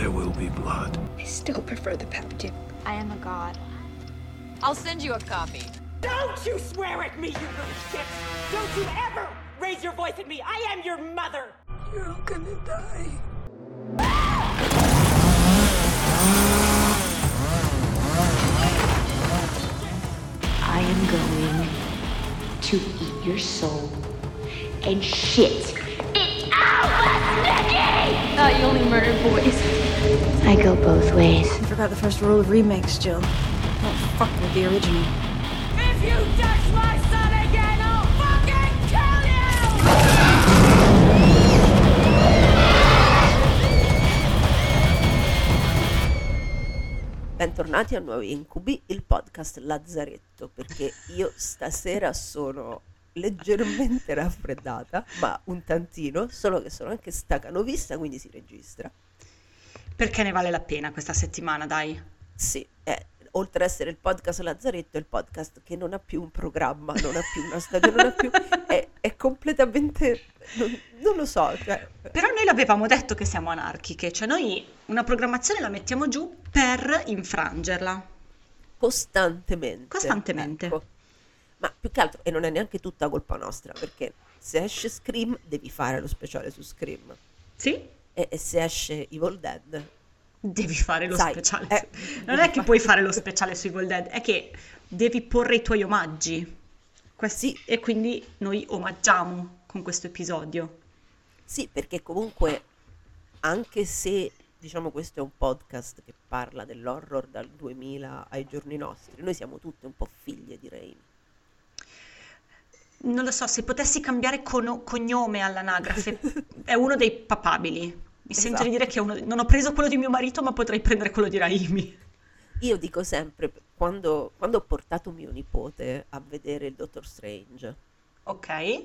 there will be blood. I still prefer the Pepto. I am a god. I'll send you a copy. Don't you swear at me, you little shit! Don't you ever raise your voice at me! I am your mother! You're all gonna die. I am going to eat your soul and shit it out, Nicky! Thought you only murdered boys. I go both ways. You forgot the first rule of remakes, Jill. Don't fuck with the original. If you touch my son again, I'll fucking kill you! Bentornati a Nuovi Incubi, il podcast Lazzaretto, perché io stasera sono leggermente raffreddata, ma un tantino, solo che sono anche stacanovista, quindi si registra. Perché ne vale la pena questa settimana, dai. Sì, oltre ad essere il podcast Lazzaretto, è il podcast che non ha più un programma, non ha più una stagione, non ha più... è completamente... non lo so, cioè... Però noi l'avevamo detto che siamo anarchiche, cioè noi una programmazione la mettiamo giù per infrangerla. Costantemente. Ecco. Ma più che altro, e non è neanche tutta colpa nostra, perché se esce Scream devi fare lo speciale su Scream. Sì? E se esce Evil Dead devi fare lo sai, speciale. Non è che puoi fare lo speciale su Evil Dead, è che devi porre i tuoi omaggi. Questi, e quindi noi omaggiamo con questo episodio. Sì, perché comunque, anche se diciamo questo è un podcast che parla dell'horror dal 2000 ai giorni nostri, noi siamo tutte un po' figlie di Raimi. Non lo so, se potessi cambiare cognome all'anagrafe, è uno dei papabili. Mi sento di dire che non ho preso quello di mio marito, ma potrei prendere quello di Raimi. Io dico sempre, quando ho portato mio nipote a vedere il Dottor Strange, Ok.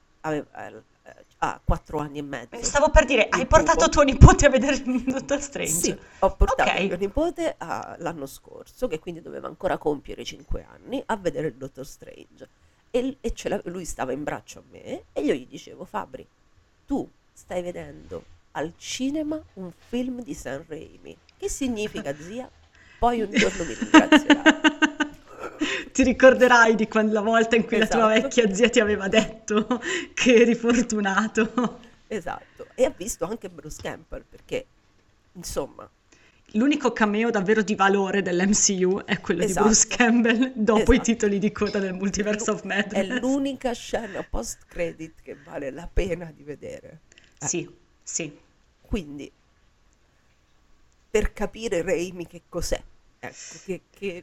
ha 4 anni e mezzo. Stavo per dire, hai portato tuo nipote a vedere il Dottor Strange? Sì, ho portato Ok. mio nipote l'anno scorso, che quindi doveva ancora compiere 5 anni, a vedere il Dottor Strange. E lui stava in braccio a me e io gli dicevo: Fabri, tu stai vedendo al cinema un film di Sam Raimi. Che significa, zia? Poi un giorno mi ringrazierai. Ti ricorderai di la volta in cui la tua Esatto. vecchia zia ti aveva detto che eri fortunato. Esatto. E ha visto anche Bruce Campbell, perché insomma... L'unico cameo davvero di valore dell'MCU è quello Esatto. di Bruce Campbell dopo i Esatto. titoli di coda del Multiverse of Madness. È l'unica scena post-credit che vale la pena di vedere. Sì, sì. Quindi, per capire Raimi che cos'è, ecco, che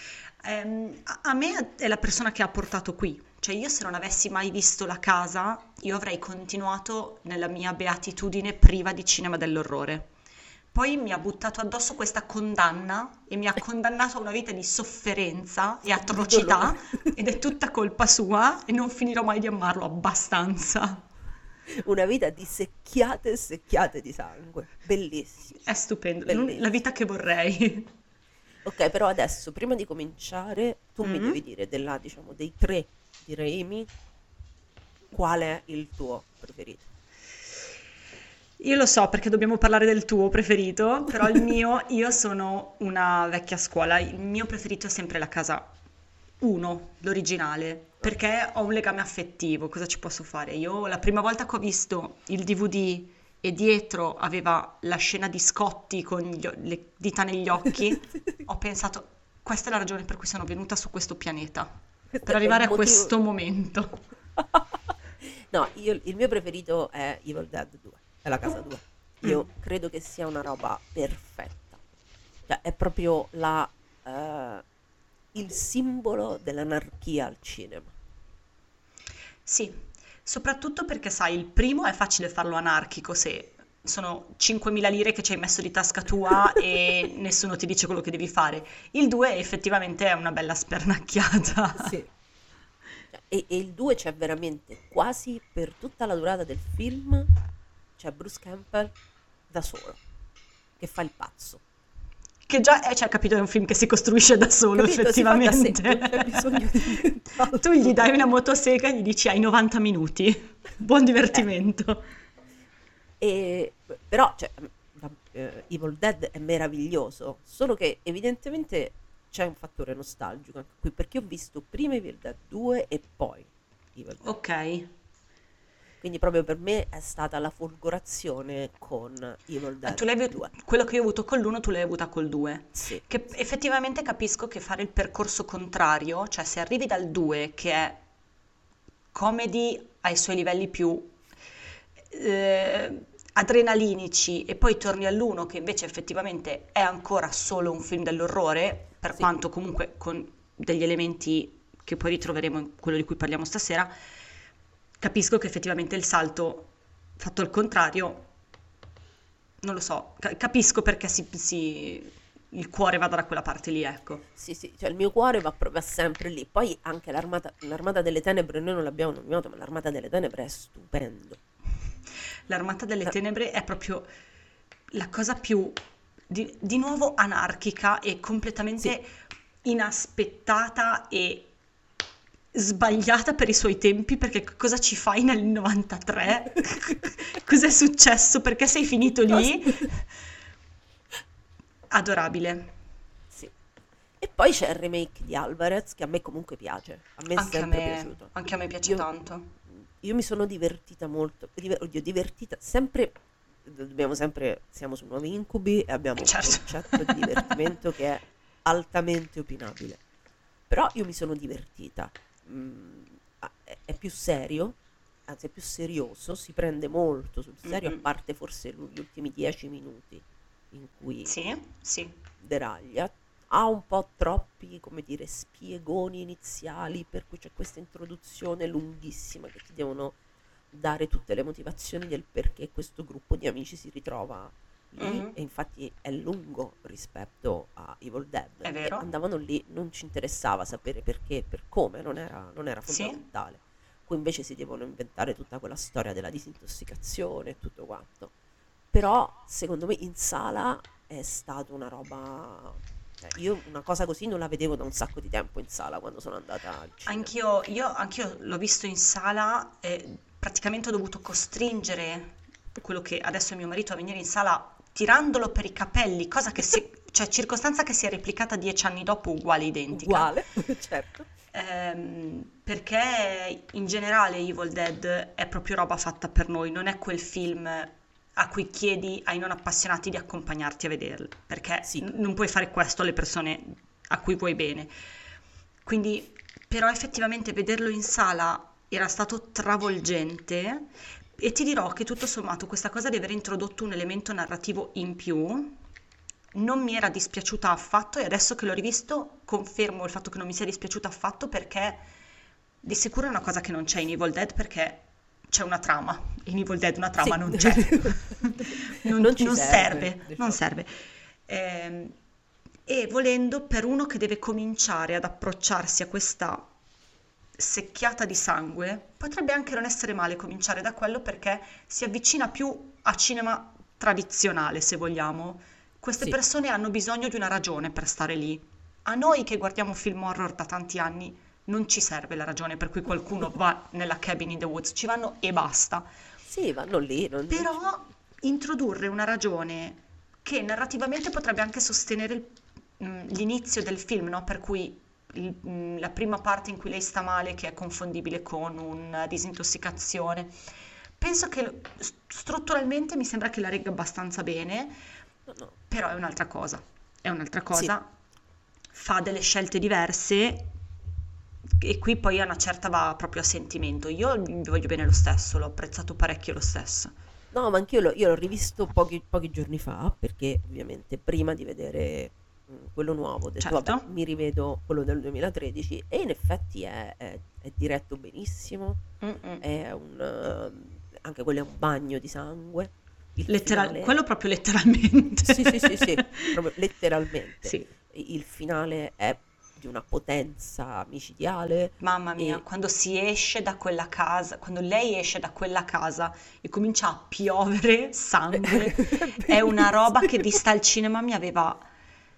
A me è la persona che ha portato qui. Cioè io se non avessi mai visto La Casa, io avrei continuato nella mia beatitudine priva di cinema dell'orrore. Poi mi ha buttato addosso questa condanna e mi ha condannato a una vita di sofferenza e atrocità ed è tutta colpa sua e non finirò mai di amarlo abbastanza. una vita di secchiate e secchiate di sangue, bellissimo. È stupendo, Bellissimo. la vita che vorrei. Ok, però adesso, prima di cominciare, tu mi devi dire diciamo, dei 3 di Raimi, qual è il tuo preferito? Io lo so perché dobbiamo parlare del tuo preferito, però io sono una vecchia scuola, il mio preferito è sempre La Casa 1, l'originale, perché ho un legame affettivo, cosa ci posso fare? Io la prima volta che ho visto il DVD e dietro aveva la scena di Scotti con le dita negli occhi, ho pensato, questa è la ragione per cui sono venuta su questo pianeta, per arrivare a questo momento. No, il mio preferito è Evil Dead 2, è La Casa 2. Io credo che sia una roba perfetta. Cioè, è proprio il simbolo dell'anarchia al cinema. Sì, soprattutto perché sai, il primo è facile farlo anarchico se sono 5.000 lire che ci hai messo di tasca tua e nessuno ti dice quello che devi fare. Il 2 effettivamente è una bella spernacchiata. Sì. E il 2 c'è veramente quasi per tutta la durata del film, c'è Bruce Campbell da solo, che fa il pazzo. Che già cioè, capito, è un film che si costruisce da solo, Capito? Si fa da sé, effettivamente. non c'è bisogno di nient'altro. Tu gli dai una motosega e gli dici hai 90 minuti, buon divertimento. Però, cioè, Evil Dead è meraviglioso, solo che evidentemente c'è un fattore nostalgico anche qui, perché ho visto prima Evil Dead 2 e poi Evil Dead. Ok. Quindi proprio per me è stata la folgorazione con Evil Dead 2. Quello che io ho avuto con l'1 tu l'hai avuta col 2. Sì, Che effettivamente capisco che fare il percorso contrario, cioè se arrivi dal 2 che è comedy ai suoi livelli più adrenalinici e poi torni all'1 che invece effettivamente è ancora solo un film dell'orrore, per sì, quanto comunque con degli elementi che poi ritroveremo in quello di cui parliamo stasera, capisco che effettivamente il salto fatto al contrario, non lo so, capisco perché il cuore vada da quella parte lì, ecco. sì, sì, cioè il mio cuore va sempre lì. Poi anche l'Armata delle Tenebre, noi non l'abbiamo nominato, ma l'Armata delle Tenebre è stupendo. L'Armata delle Tenebre è proprio la cosa più, di nuovo, anarchica e completamente inaspettata e sbagliata per i suoi tempi, perché cosa ci fai nel 93? Cos'è successo? Perché sei finito lì? Adorabile. Sì. E poi c'è il remake di Alvarez, che a me comunque piace, a me è sempre piaciuto. Anche a me piace tanto. Io mi sono divertita molto, divertita, sempre, siamo su Nuovi Incubi e abbiamo un concetto di divertimento che è altamente opinabile. Però io mi sono divertita, è più serio, anzi è più serioso, si prende molto sul serio, a parte forse gli ultimi 10 minuti in cui deraglia. Ha un po' troppi, come dire, spiegoni iniziali, per cui c'è questa introduzione lunghissima che ti devono dare tutte le motivazioni del perché questo gruppo di amici si ritrova lì, e infatti è lungo rispetto a Evil Dead. È vero. E andavano lì, non ci interessava sapere perché, per come, non era fondamentale. Qui invece si devono inventare tutta quella storia della disintossicazione e tutto quanto. Però, secondo me, in sala è stata una roba... Io una cosa così non la vedevo da un sacco di tempo in sala quando sono andata al cinema. Anch'io l'ho visto in sala e praticamente ho dovuto costringere quello che adesso è mio marito a venire in sala tirandolo per i capelli, cosa che cioè circostanza che si è replicata 10 anni dopo uguale, identica. Uguale, certo. Perché in generale Evil Dead è proprio roba fatta per noi, non è quel film a cui chiedi ai non appassionati di accompagnarti a vederlo, perché non puoi fare questo alle persone a cui vuoi bene. Quindi, però effettivamente vederlo in sala era stato travolgente, e ti dirò che tutto sommato questa cosa di aver introdotto un elemento narrativo in più non mi era dispiaciuta affatto, e adesso che l'ho rivisto confermo il fatto che non mi sia dispiaciuta affatto, perché di sicuro è una cosa che non c'è in Evil Dead, perché c'è una trama. In Evil Dead una trama non c'è. non serve. E volendo, per uno che deve cominciare ad approcciarsi a questa secchiata di sangue, potrebbe anche non essere male cominciare da quello, perché si avvicina più a cinema tradizionale, se vogliamo. Queste persone hanno bisogno di una ragione per stare lì. A noi che guardiamo film horror da tanti anni non ci serve la ragione per cui qualcuno va nella cabin in the woods, ci vanno e basta. Sì, vanno lì. Però introdurre una ragione che narrativamente potrebbe anche sostenere l'inizio del film, no? Per cui la prima parte in cui lei sta male, che è confondibile con una disintossicazione, penso che strutturalmente mi sembra che la regga abbastanza bene, però è un'altra cosa, fa delle scelte diverse, e qui poi a una certa va proprio a sentimento. Io vi voglio bene lo stesso, l'ho apprezzato parecchio lo stesso. No, ma anch'io io l'ho rivisto pochi giorni fa, perché ovviamente prima di vedere quello nuovo ho detto vabbè, mi rivedo quello del 2013, e in effetti è diretto benissimo. È anche quello è un bagno di sangue. Quello proprio letteralmente. Sì, proprio letteralmente. Sì. Il finale è di una potenza micidiale. Mamma mia, quando si esce da quella casa, quando lei esce da quella casa e comincia a piovere sangue, è una roba che vista al cinema mi aveva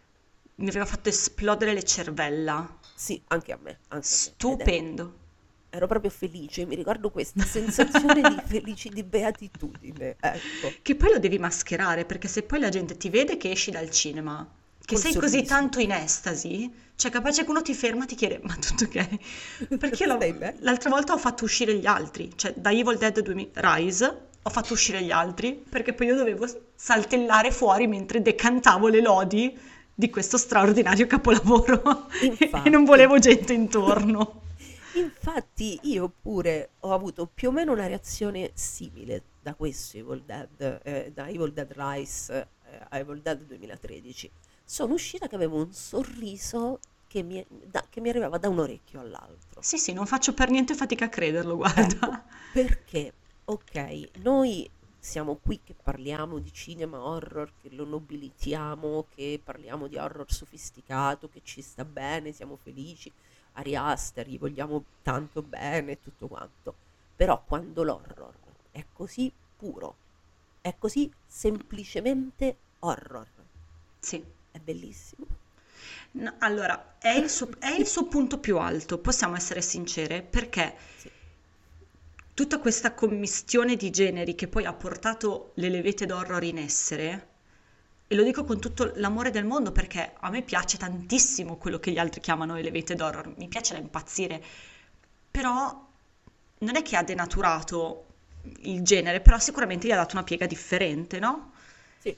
fatto esplodere le cervella. Sì, anche a me. Stupendo. ero proprio felice, mi ricordo questa sensazione di beatitudine, ecco, Che poi lo devi mascherare, perché se poi la gente ti vede che esci dal cinema, che col sei così sorriso. tanto in estasi, cioè capace che uno ti ferma e ti chiede, ma tutto ok? Perché io Stai bene? l'altra volta ho fatto uscire gli altri, cioè da Evil Dead Rise ho fatto uscire gli altri, perché poi io dovevo saltellare fuori mentre decantavo le lodi di questo straordinario capolavoro e non Infatti. volevo gente intorno. Infatti io pure ho avuto più o meno una reazione simile da questo Evil Dead, da Evil Dead Rise a Evil Dead 2013. Sono uscita che avevo un sorriso che mi arrivava da un orecchio all'altro. Sì, sì, non faccio per niente fatica a crederlo, Ecco, guarda. perché, ok, noi siamo qui che parliamo di cinema horror, che lo nobilitiamo, che parliamo di horror sofisticato, che ci sta bene, siamo felici, Ari Aster, gli vogliamo tanto bene e tutto quanto. Però quando l'horror è così puro, è così semplicemente horror, Sì. è bellissimo. No, allora, è il suo punto più alto, possiamo essere sincere, perché Sì, tutta questa commistione di generi che poi ha portato le levette d'horror in essere, e lo dico con tutto l'amore del mondo perché a me piace tantissimo quello che gli altri chiamano le levette d'horror, mi piace da impazzire, però non è che ha denaturato il genere, però sicuramente gli ha dato una piega differente, no? sì,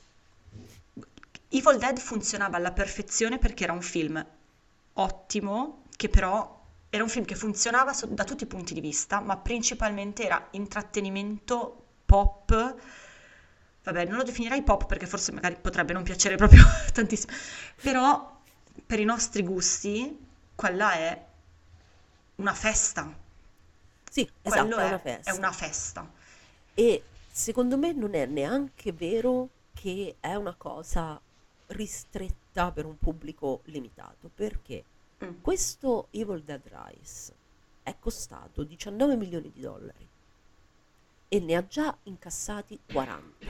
Evil Dead funzionava alla perfezione perché era un film ottimo, che però era un film che funzionava da tutti i punti di vista, ma principalmente era intrattenimento pop. Vabbè, non lo definirei pop perché forse magari potrebbe non piacere proprio tantissimo, però per i nostri gusti quella è una festa. sì, Quello esatto, è una è una festa. festa. E secondo me non è neanche vero che è una cosa ristretta per un pubblico limitato, perché Mm. questo Evil Dead Rise è costato 19 milioni di dollari e ne ha già incassati 40.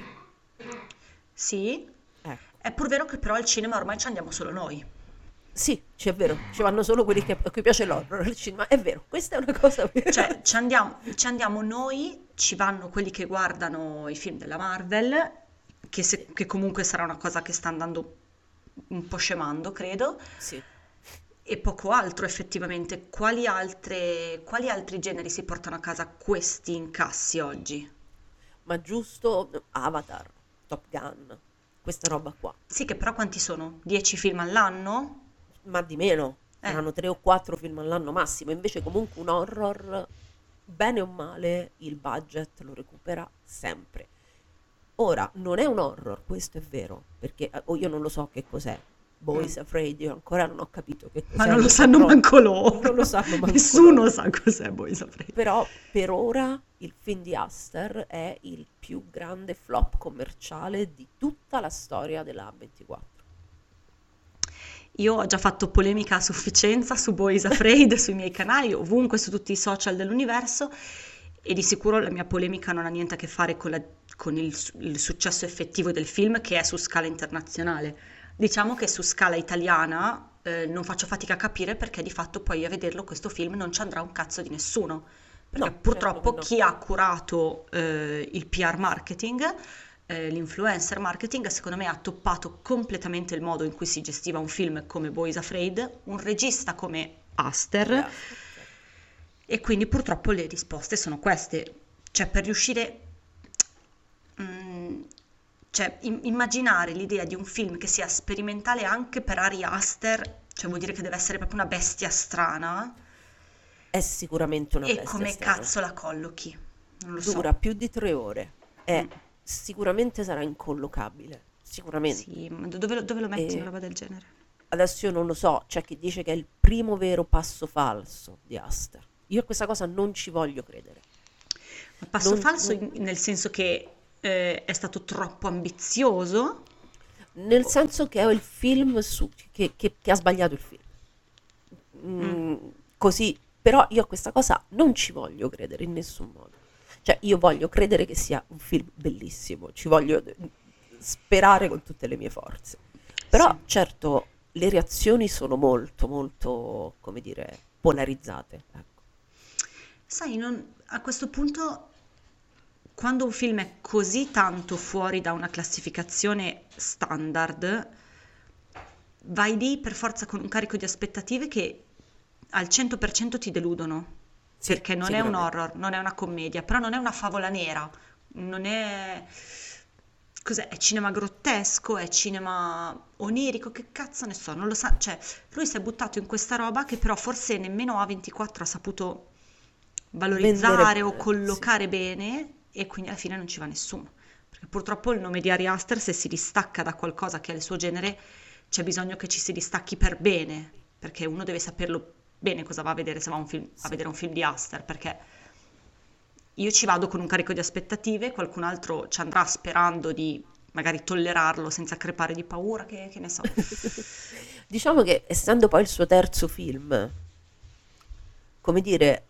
Sì, Ecco. è pur vero che però al cinema ormai ci andiamo solo noi. Sì, è vero, ci vanno solo quelli a cui piace l'horror al cinema, è vero, questa è una cosa vera. Cioè, ci andiamo noi, ci vanno quelli che guardano i film della Marvel, che comunque sarà una cosa che sta andando un po' scemando, credo, Sì. e poco altro effettivamente. Quali altri generi si portano a casa questi incassi oggi? Ma giusto Avatar, Top Gun, questa roba qua. Sì, che però quanti sono? 10 film all'anno? Ma di meno, Eh, saranno 3 o 4 film all'anno massimo, invece comunque un horror, bene o male, il budget lo recupera sempre. Ora, non è un horror, questo è vero, perché io non lo so che cos'è. Boys mm. Afraid, io ancora non ho capito che Ma cos'è, non lo lo sanno saprò, manco loro. non lo sanno manco Nessuno loro. sa cos'è Boys Afraid. Però per ora il film di Aster è il più grande flop commerciale di tutta la storia della A24. Io ho già fatto polemica a sufficienza su Boys Afraid, sui miei canali, ovunque, su tutti i social dell'universo, e di sicuro la mia polemica non ha niente a che fare con il successo effettivo del film, che è su scala internazionale. Diciamo che su scala italiana non faccio fatica a capire perché di fatto poi a vederlo questo film non ci andrà un cazzo di nessuno, perché No, certo purtroppo che no. chi ha curato il PR marketing, l'influencer marketing, secondo me ha toppato completamente il modo in cui si gestiva un film come Boys Afraid, un regista come Aster, Yeah. e quindi purtroppo le risposte sono queste. Cioè, per riuscire, mm, cioè, immaginare l'idea di un film che sia sperimentale anche per Ari Aster, cioè vuol dire che deve essere proprio una bestia strana, È sicuramente una e bestia come strana. cazzo la collochi? Non lo so. Dura più di 3 ore. Mm. Sicuramente sarà incollocabile. Sicuramente. Sì, ma dove lo metti una E roba del genere? adesso io non lo so, c'è chi dice che è il primo vero passo falso di Aster. Io a questa cosa non ci voglio credere. Ma passo Non- falso non- nel senso che è stato troppo ambizioso? Nel senso che è il film che ha sbagliato il film. Mm. Così, però io a questa cosa non ci voglio credere in nessun modo. Cioè, io voglio credere che sia un film bellissimo, ci voglio sperare con tutte le mie forze. Però, Sì. certo, le reazioni sono molto, molto, come dire, polarizzate. Ecco. Sai, a questo punto, quando un film è così tanto fuori da una classificazione standard, vai lì per forza con un carico di aspettative che al 100% ti deludono, Sì, perché non è un sicuramente. horror, non è una commedia, però non è una favola nera, non è... Cos'è? È cinema grottesco, è cinema onirico, che cazzo ne so, non lo sa, cioè lui si è buttato in questa roba che però forse nemmeno A24 ha saputo Vendere valorizzare o bene, sì. collocare bene e quindi alla fine non ci va nessuno. Perché purtroppo il nome di Ari Aster, se si distacca da qualcosa che è il suo genere, c'è bisogno che ci si distacchi per bene, perché uno deve saperlo bene cosa va a vedere se va a vedere un film di Aster, perché io ci vado con un carico di aspettative, qualcun altro ci andrà sperando di magari tollerarlo senza crepare di paura, che ne so. Diciamo che essendo poi il suo terzo film, come dire,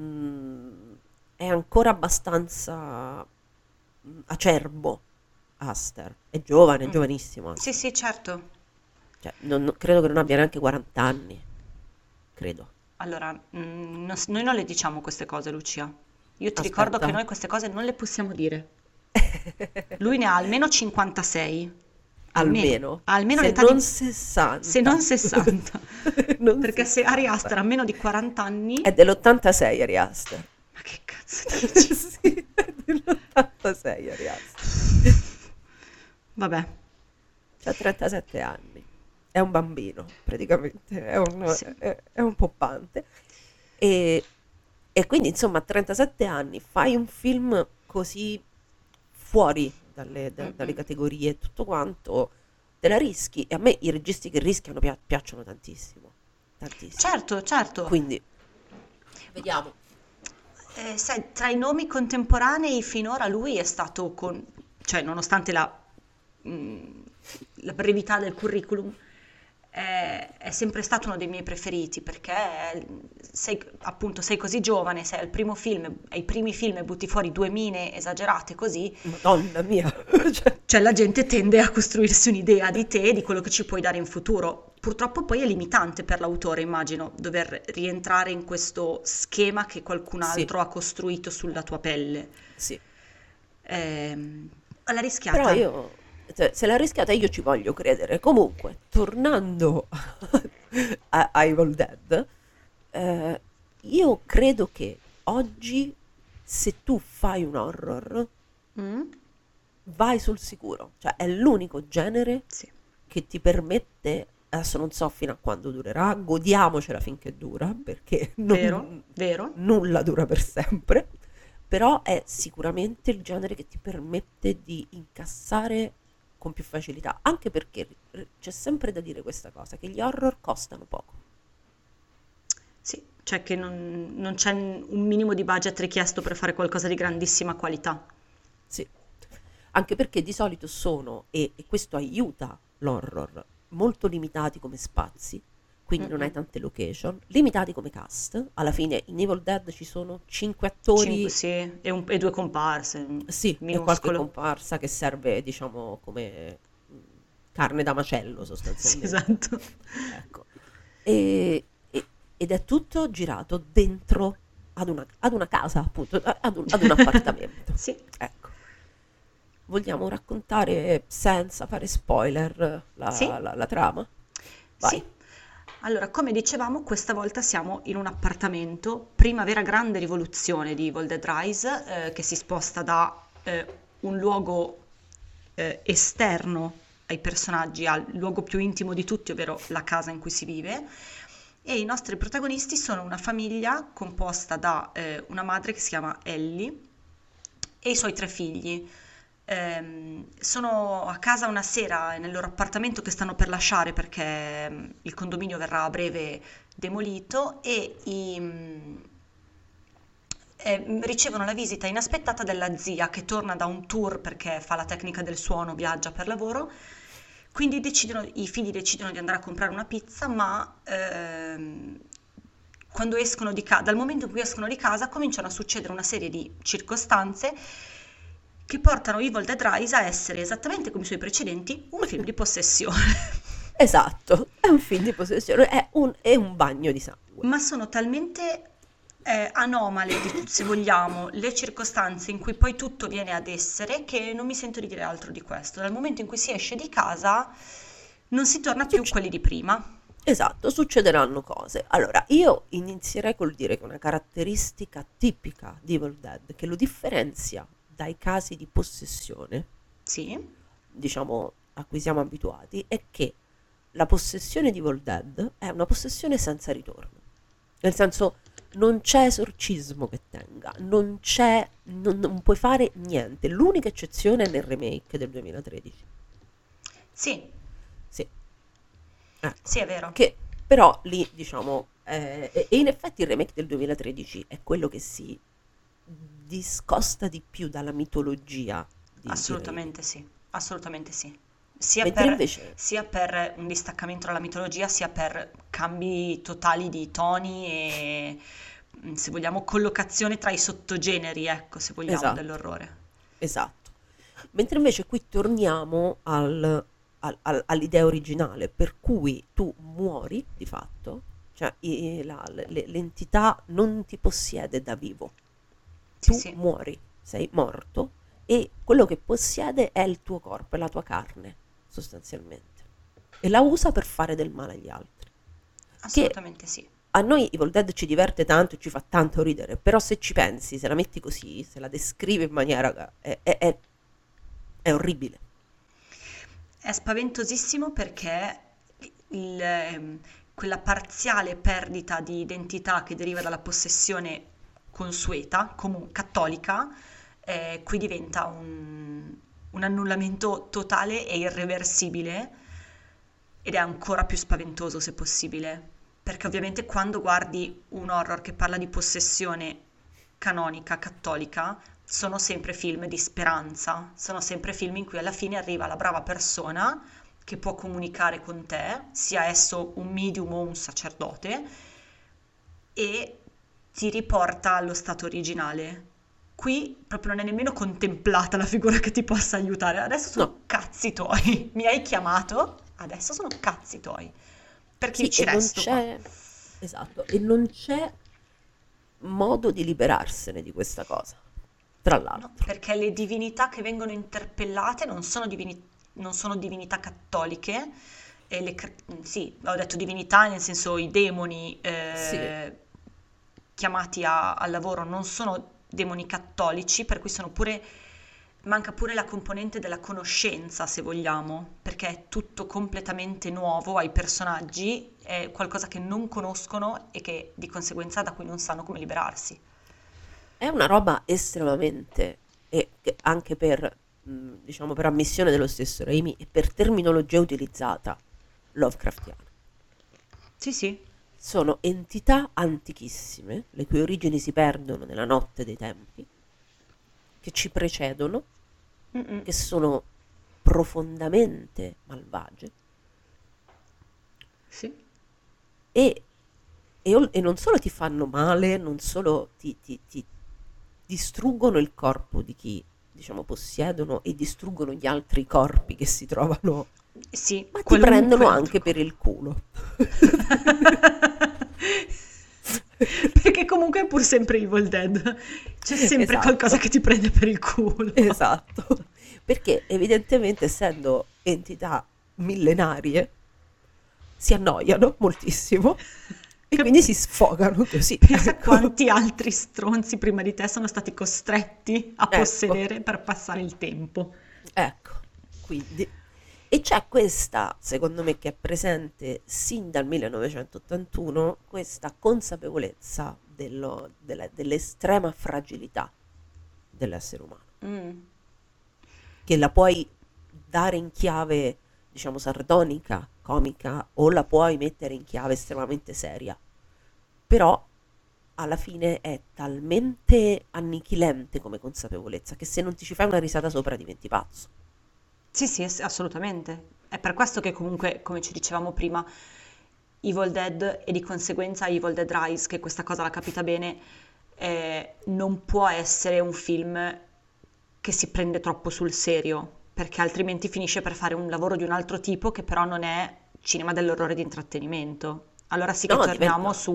è ancora abbastanza acerbo Aster. È giovane, è Mm. giovanissimo Sì, Aster. sì, certo. Cioè, credo che non abbia neanche 40 anni, credo. Allora, noi non le diciamo queste cose, Lucia. Io ti ricordo che Aspetta. noi queste cose non le possiamo dire. Lui ne ha almeno 56. Almeno. Almeno Se l'età non di... 60. Se non 60. Non Perché se Ari 60. Aster ha meno di 40 anni... È dell'86 Ari Aster. Ma che cazzo dici? Sì, è dell'86 Ari Aster. Vabbè, C'ha 37 anni. È un bambino, praticamente. sì. È un poppante. E, e quindi, insomma, a 37 anni fai un film così fuori dalle Mm-mm. categorie e tutto quanto, te la rischi. E a me i registi che rischiano piacciono tantissimo. Tantissimo. Certo, certo. Quindi, vediamo. Sai, tra i nomi contemporanei finora lui è stato cioè nonostante mh, la brevità del curriculum, è sempre stato uno dei miei preferiti perché appunto sei così giovane, sei al primo film, ai primi film e butti fuori due mine esagerate così, Madonna mia. Cioè, cioè la gente tende a costruirsi un'idea di te, di quello che ci puoi dare in futuro. Purtroppo poi è limitante per l'autore, immagino, dover rientrare in questo schema che qualcun sì, altro ha costruito sulla tua pelle. sì. Alla Però rischiata. cioè, se l'ha rischiata io ci voglio credere. Comunque, tornando a Evil Dead, io credo che oggi se tu fai un horror Mm? vai sul sicuro. Cioè è l'unico genere Sì. che ti permette, adesso non so fino a quando durerà, godiamocela finché dura, perché Vero, vero. nulla dura per sempre, però è sicuramente il genere che ti permette di incassare con più facilità, anche perché c'è sempre da dire questa cosa, che gli horror costano poco. Sì, cioè che non c'è un minimo di budget richiesto per fare qualcosa di grandissima qualità. Sì, anche perché di solito sono, e questo aiuta l'horror, molto limitati come spazi, quindi non hai Mm-mm. tante location, limitati come cast. Alla fine in Evil Dead ci sono 5 attori, Sì, e due comparse, sì, e qualche minuscolo. comparsa che serve, diciamo, come carne da macello Sì, sostanzialmente. esatto. Ecco. Ed è tutto girato dentro ad una casa, appunto, ad un appartamento. Sì, Ecco. Vogliamo raccontare senza fare spoiler sì, la trama? Vai. sì. Allora, come dicevamo, questa volta siamo in un appartamento, prima vera grande rivoluzione di Evil Dead Rise, che si sposta da un luogo esterno ai personaggi al luogo più intimo di tutti, ovvero la casa in cui si vive. E i nostri protagonisti sono una famiglia composta da una madre che si chiama Ellie e i suoi tre figli. Sono a casa una sera nel loro appartamento che stanno per lasciare perché il condominio verrà a breve demolito e ricevono la visita inaspettata della zia che torna da un tour perché fa la tecnica del suono, viaggia per lavoro. Quindi i figli decidono di andare a comprare una pizza, ma quando escono dal momento in cui escono di casa cominciano a succedere una serie di circostanze che portano Evil Dead Rise a essere, esattamente come i suoi precedenti, un film di possessione. Esatto, è un film di possessione, è un bagno di sangue. Ma sono talmente anomale, se vogliamo, le circostanze in cui poi tutto viene ad essere, che non mi sento di dire altro di questo. Dal momento in cui si esce di casa non si torna più quelli di prima. Esatto, succederanno cose. Allora, io inizierei col dire che una caratteristica tipica di Evil Dead che lo differenzia dai casi di possessione, Sì, diciamo, a cui siamo abituati, è che la possessione di Evil Dead è una possessione senza ritorno. Nel senso, non c'è esorcismo che tenga, non puoi fare niente. L'unica eccezione è nel remake del 2013. sì, Sì. Ecco. sì, è vero. Che però lì, diciamo, e in effetti il remake del 2013 è quello che si discosta di più dalla mitologia di Assolutamente sì, assolutamente sì. Sia mentre per, invece sia per un distaccamento dalla mitologia, sia per cambi totali di toni e, se vogliamo, collocazione tra i sottogeneri, ecco, se vogliamo, esatto, dell'orrore. esatto. Mentre invece qui torniamo all'idea originale, per cui tu muori di fatto, cioè l'entità non ti possiede da vivo, Sì, tu sì, muori, sei morto e quello che possiede è il tuo corpo, è la tua carne, sostanzialmente, e la usa per fare del male agli altri. Che assolutamente sì. a noi Evil Dead ci diverte tanto e ci fa tanto ridere, però se ci pensi, se la metti così, se la descrivi in maniera è orribile. È spaventosissimo perché quella parziale perdita di identità che deriva dalla possessione consueta, cattolica, qui diventa un annullamento totale e irreversibile ed è ancora più spaventoso se possibile, perché ovviamente quando guardi un horror che parla di possessione canonica, cattolica, sono sempre film di speranza, sono sempre film in cui alla fine arriva la brava persona che può comunicare con te, sia esso un medium o un sacerdote, e ti riporta allo stato originale. Qui proprio non è nemmeno contemplata la figura che ti possa aiutare. Adesso sono No, cazzi tuoi. Mi hai chiamato, adesso sono cazzi tuoi. Perché io sì, ci e non resto qua. c'è, esatto, e non c'è modo di liberarsene di questa cosa, tra No, l'altro. perché le divinità che vengono interpellate non sono divinità cattoliche. E sì, ho detto divinità nel senso i demoni Sì, chiamati al lavoro non sono demoni cattolici, per cui manca pure la componente della conoscenza, se vogliamo, perché è tutto completamente nuovo ai personaggi, è qualcosa che non conoscono e che di conseguenza da cui non sanno come liberarsi. è una roba estremamente, e che anche per, diciamo, per ammissione dello stesso Raimi e per terminologia utilizzata, Lovecraftiana. Sì, sì. Sono entità antichissime, le cui origini si perdono nella notte dei tempi, che ci precedono, Mm-mm. che sono profondamente malvagie Sì. e, e non solo ti fanno male, non solo ti distruggono il corpo di chi, diciamo, possiedono e distruggono gli altri corpi che si trovano, Sì, ma ti qualunque prendono altro anche per corpo. il culo. Perché comunque è pur sempre Evil Dead. C'è sempre qualcosa Esatto, che ti prende per il culo. esatto, perché evidentemente essendo entità millenarie si annoiano moltissimo e quindi si sfogano così, Pensa a ecco. quanti altri stronzi prima di te sono stati costretti a Ecco, possedere per passare il tempo. ecco, quindi. E c'è questa, secondo me, che è presente sin dal 1981, questa consapevolezza dell'estrema fragilità dell'essere umano, Mm. che la puoi dare in chiave, diciamo, sardonica, comica, o la puoi mettere in chiave estremamente seria, però alla fine è talmente annichilente come consapevolezza che se non ti ci fai una risata sopra diventi pazzo. Sì, sì, assolutamente. È per questo che comunque, come ci dicevamo prima, Evil Dead e di conseguenza Evil Dead Rise, che questa cosa la capita bene, non può essere un film che si prende troppo sul serio, perché altrimenti finisce per fare un lavoro di un altro tipo che però non è cinema dell'orrore di intrattenimento. Allora sì che No, torniamo diventa... su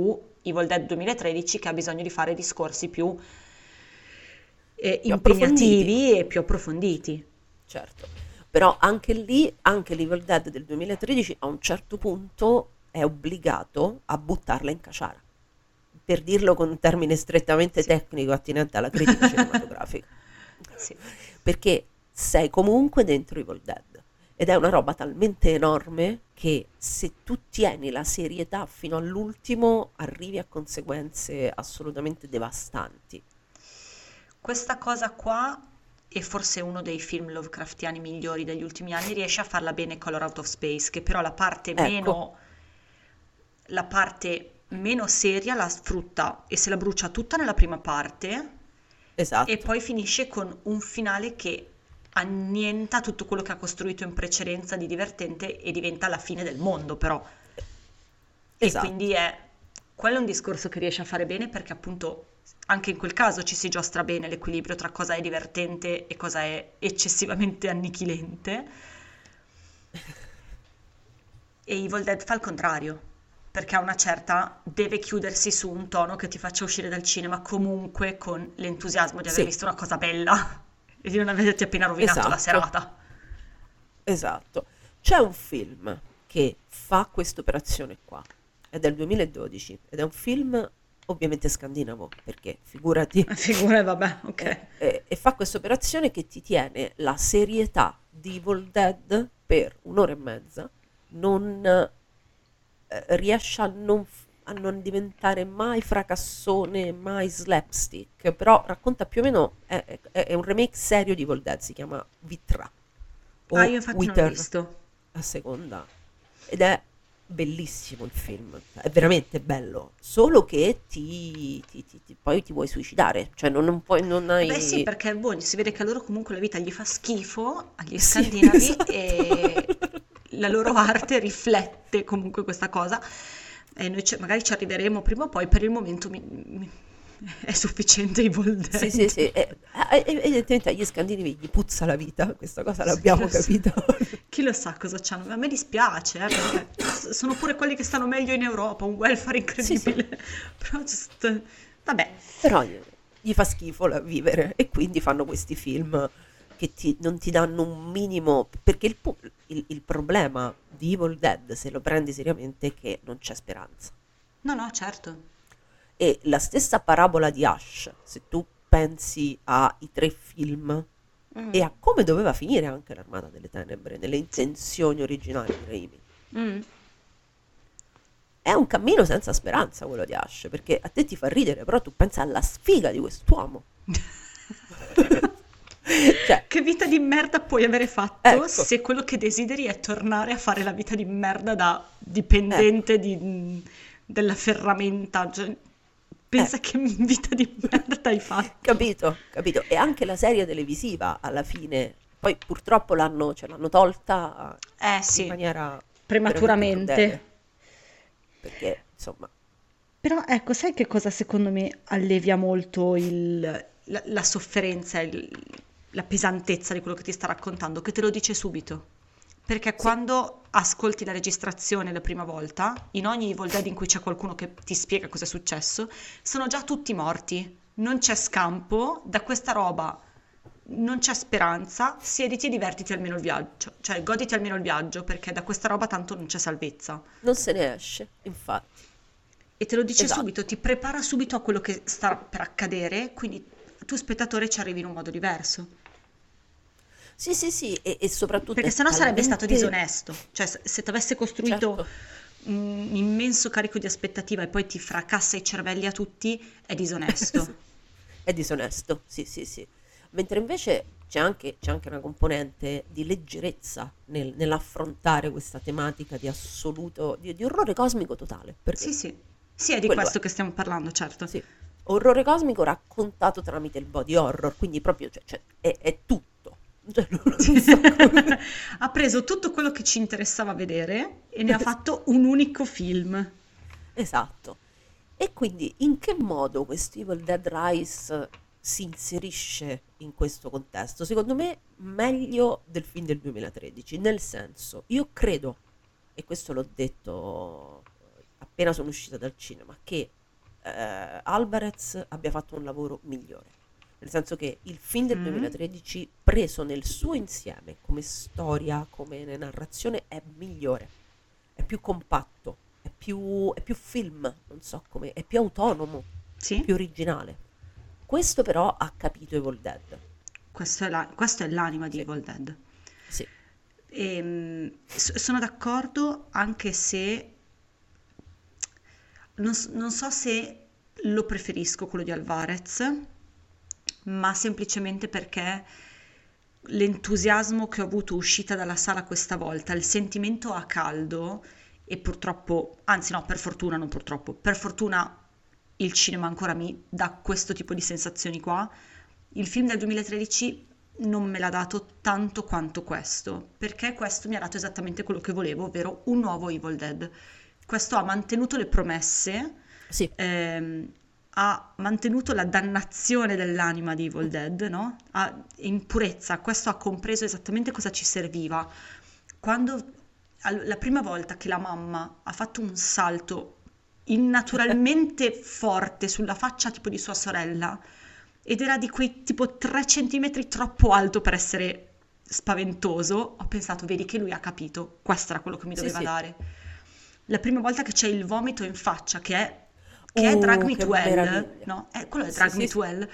Evil Dead 2013 che ha bisogno di fare discorsi più Più impegnativi e più approfonditi. Certo, però anche lì, anche l'Evil Dead del 2013 a un certo punto è obbligato a buttarla in caciara, per dirlo con un termine strettamente tecnico attinente alla critica cinematografica, Sì. perché sei comunque dentro Evil Dead ed è una roba talmente enorme che se tu tieni la serietà fino all'ultimo arrivi a conseguenze assolutamente devastanti. Questa cosa qua, e forse uno dei film Lovecraftiani migliori degli ultimi anni, riesce a farla bene Color Out of Space, che però Ecco, la parte meno seria la sfrutta e se la brucia tutta nella prima parte e esatto, poi finisce con un finale che annienta tutto quello che ha costruito in precedenza di divertente e diventa la fine del mondo, però. E quindi esatto. quello è un discorso che riesce a fare bene perché appunto anche in quel caso ci si giostra bene l'equilibrio tra cosa è divertente e cosa è eccessivamente annichilente. E Evil Dead fa il contrario, perché a una certa deve chiudersi su un tono che ti faccia uscire dal cinema comunque con l'entusiasmo di aver Sì, visto una cosa bella e di non averti appena rovinato la esatto. serata. Esatto. C'è un film che fa questa operazione qua, è del 2012 ed è un film ovviamente scandinavo, perché figurati, Figura, vabbè, ok. e fa questa operazione che ti tiene la serietà di Evil Dead per un'ora e mezza, non riesce a non diventare mai fracassone, mai slapstick, però racconta più o meno, è un remake serio di Evil Dead, si chiama Vitra Ah, io o infatti non l'ho Wither visto. a seconda, ed è bellissimo il film, è veramente bello, solo che poi ti vuoi suicidare, cioè non puoi, non Beh sì, hai... perché boh, si vede che a loro comunque la vita gli fa schifo, agli Sì, scandinavi, e esatto. la loro arte riflette comunque questa cosa. E noi magari ci arriveremo prima o poi, per il momento è sufficiente Evil Sì, sì, Dead. sì, evidentemente agli scandinavi gli puzza la vita, questa cosa Sì, chi l'abbiamo lo sa, capito. chi lo sa cosa c'hanno. A me dispiace, perché sono pure quelli che stanno meglio in Europa, un welfare Sì, sì, incredibile. Però vabbè. però gli fa schifo vivere e quindi fanno questi film che non ti danno un minimo, perché il problema di Evil Dead, se lo prendi seriamente, è che non c'è speranza. No, no, certo. E la stessa parabola di Ash, se tu pensi ai tre film e Mm, a come doveva finire anche l'Armata delle Tenebre, nelle intenzioni originali di Raimi, mm. è un cammino senza speranza quello di Ash, perché a te ti fa ridere, però tu pensa alla sfiga di quest'uomo. Cioè, Che vita di merda puoi avere fatto ecco, se quello che desideri è tornare a fare la vita di merda da ecco, dipendente della ferramenta? Cioè, pensa ecco. che vita di merda hai fatto. Capito, capito. E anche la serie televisiva alla fine, poi purtroppo ce l'hanno tolta in Sì, maniera veramente crudele, prematuramente. perché insomma, Però ecco, sai che cosa secondo me allevia molto la sofferenza, la pesantezza di quello che ti sta raccontando? Che te lo dice subito. Perché sì, quando ascolti la registrazione la prima volta, in ogni Evil Dead in cui c'è qualcuno che ti spiega cosa è successo, sono già tutti morti. Non c'è scampo, da questa roba non c'è speranza, siediti e divertiti almeno il viaggio. Cioè, goditi almeno il viaggio, perché da questa roba tanto non c'è salvezza. non se ne esce, infatti. E te lo dice subito, Esatto. ti prepara subito a quello che sta per accadere, quindi tu spettatore ci arrivi in un modo diverso. Sì, sì, sì, e soprattutto Perché è sennò sarebbe stato talmente... disonesto. Cioè, se ti avesse costruito Certo, un immenso carico di aspettativa e poi ti fracassa i cervelli a tutti, è disonesto. è disonesto, sì, sì, sì. Mentre invece c'è anche una componente di leggerezza nell'affrontare questa tematica di assoluto, di orrore cosmico totale, Sì, perché sì. Sì, è di quello è. questo che stiamo parlando, certo. Sì, orrore cosmico raccontato tramite il body horror, quindi proprio cioè, è tutto. Cioè, non so come... Ha preso tutto quello che ci interessava vedere e ne ha fatto un unico film. Esatto. E quindi in che modo questo Evil Dead Rise si inserisce in questo contesto? Secondo me meglio del film del 2013, nel senso, io credo, e questo l'ho detto appena sono uscita dal cinema, che Alvarez abbia fatto un lavoro migliore. Nel senso che il film del Mm. 2013, preso nel suo insieme, come storia, come narrazione, è migliore, è più compatto, è più film, non so come, è più autonomo, Sì, più originale. Questo però ha capito Evil Dead. questo è l'anima di Sì, Evil Dead. sì, Sono d'accordo, anche se non so se lo preferisco quello di Alvarez, ma semplicemente perché l'entusiasmo che ho avuto uscita dalla sala questa volta, il sentimento a caldo, e purtroppo, anzi no, per fortuna, non purtroppo, per fortuna il cinema ancora mi dà questo tipo di sensazioni qua. Il film del 2013 non me l'ha dato tanto quanto questo, perché questo mi ha dato esattamente quello che volevo, ovvero un nuovo Evil Dead. Questo ha mantenuto le promesse, sì, ha mantenuto la dannazione dell'anima di Evil Dead, no? In purezza, questo ha compreso esattamente cosa ci serviva. Quando la prima volta che la mamma ha fatto un salto innaturalmente forte sulla faccia tipo di sua sorella, ed era di quei tipo 3 centimetri troppo alto per essere spaventoso, ho pensato, vedi che lui ha capito, questo era quello che mi sì, doveva sì. dare. La prima volta che c'è il vomito in faccia, che è Drag Me Che to Hell, meraviglia. no? Quello è Sì, Drag sì, Me sì. to Hell.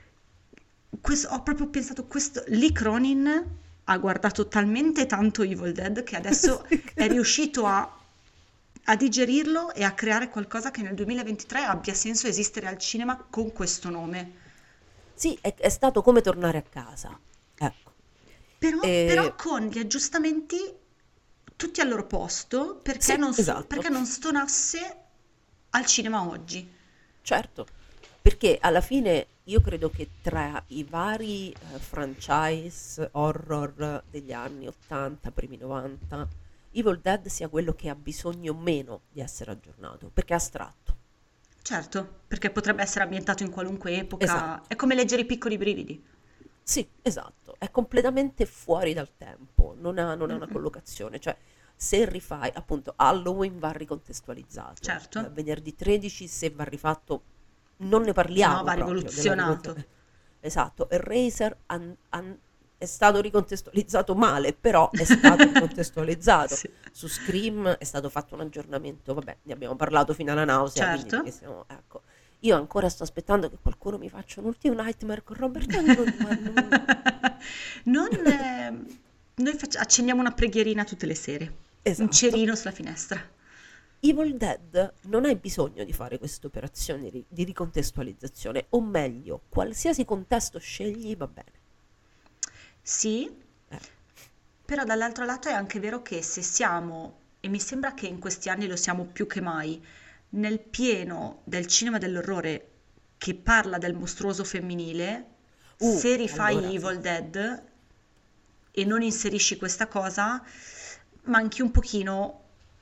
Ho proprio pensato, Lee Cronin ha guardato talmente tanto Evil Dead che adesso Sì. è riuscito a digerirlo e a creare qualcosa che nel 2023 abbia senso esistere al cinema con questo nome. Sì, è stato come tornare a casa. Ecco. Però E- con gli aggiustamenti tutti al loro posto, perché Sì, non, esatto. perché non stonasse al cinema oggi. Certo, perché alla fine io credo che tra i vari franchise horror degli anni 80, primi 90, Evil Dead sia quello che ha bisogno meno di essere aggiornato, perché è astratto. Certo, perché potrebbe essere ambientato in qualunque epoca. Esatto. È come leggere I piccoli brividi. Sì, esatto, è completamente fuori dal tempo, non ha una Mm-mm. collocazione, cioè se rifai, appunto, Halloween va ricontestualizzato, Certo. venerdì 13 se va rifatto, non ne No, parliamo va proprio rivoluzionato. Esatto, Eraser è stato ricontestualizzato male, però è stato ricontestualizzato. Sì. Su Scream è stato fatto un aggiornamento, vabbè, ne abbiamo parlato fino alla nausea, quindi Certo. di che ecco. Io ancora sto aspettando che qualcuno mi faccia un ultimo Nightmare con Robert Englund, ma Noi accendiamo una preghierina tutte le sere. Un esatto. cerino sulla finestra. Evil Dead non hai bisogno di fare queste operazioni di ricontestualizzazione, o meglio, qualsiasi contesto scegli va bene. Sì, Eh, però dall'altro lato è anche vero che se siamo, e mi sembra che in questi anni lo siamo più che mai, nel pieno del cinema dell'orrore che parla del mostruoso femminile, se rifai allora sì. Evil Dead e non inserisci questa cosa, manchi un pochino,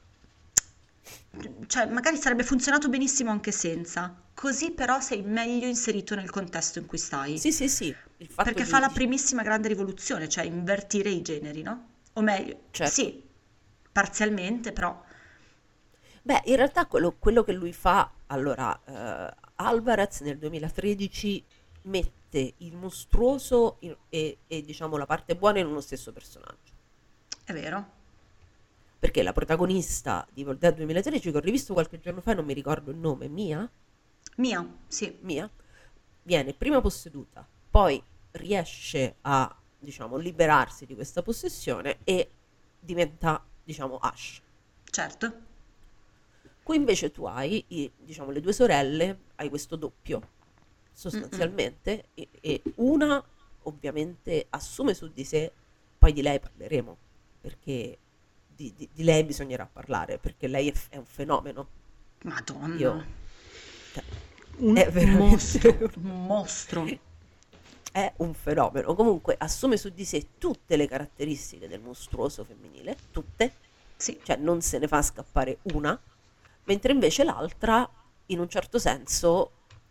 cioè magari sarebbe funzionato benissimo anche senza, così però sei meglio inserito nel contesto in cui stai, Sì, sì, sì, il fatto perché fa la primissima grande rivoluzione, cioè invertire i generi, no? O meglio, Certo. sì, parzialmente, però Beh, in realtà quello che lui fa, allora, Alvarez nel 2013 mette il mostruoso e diciamo la parte buona in uno stesso personaggio. è vero. Perché la protagonista di Evil Dead 2013, che ho rivisto qualche giorno fa, e non mi ricordo il nome, Mia, Sì, viene prima posseduta, poi riesce a, diciamo, liberarsi di questa possessione e diventa, diciamo, Ash. certo. Qui invece tu hai, diciamo, le due sorelle, hai questo doppio, Mm-mm. sostanzialmente, e una ovviamente assume su di sé, poi di lei parleremo, perché di lei bisognerà parlare, perché lei è un fenomeno. Madonna, Io, cioè, un è veramente un mostro. è un fenomeno. Comunque assume su di sé tutte le caratteristiche del mostruoso femminile, tutte, Sì, cioè non se ne fa scappare una, mentre invece l'altra, in un certo senso,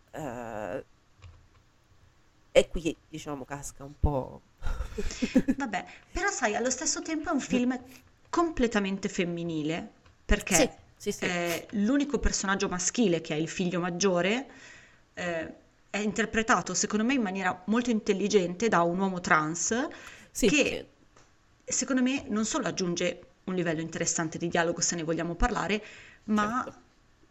e qui diciamo casca un po'. vabbè, però sai, allo stesso tempo è un film completamente femminile, perché Sì, Sì, sì. L'unico personaggio maschile, che è il figlio maggiore, è interpretato secondo me in maniera molto intelligente da un uomo trans Sì, che secondo me non solo aggiunge un livello interessante di dialogo, se ne vogliamo parlare, ma certo.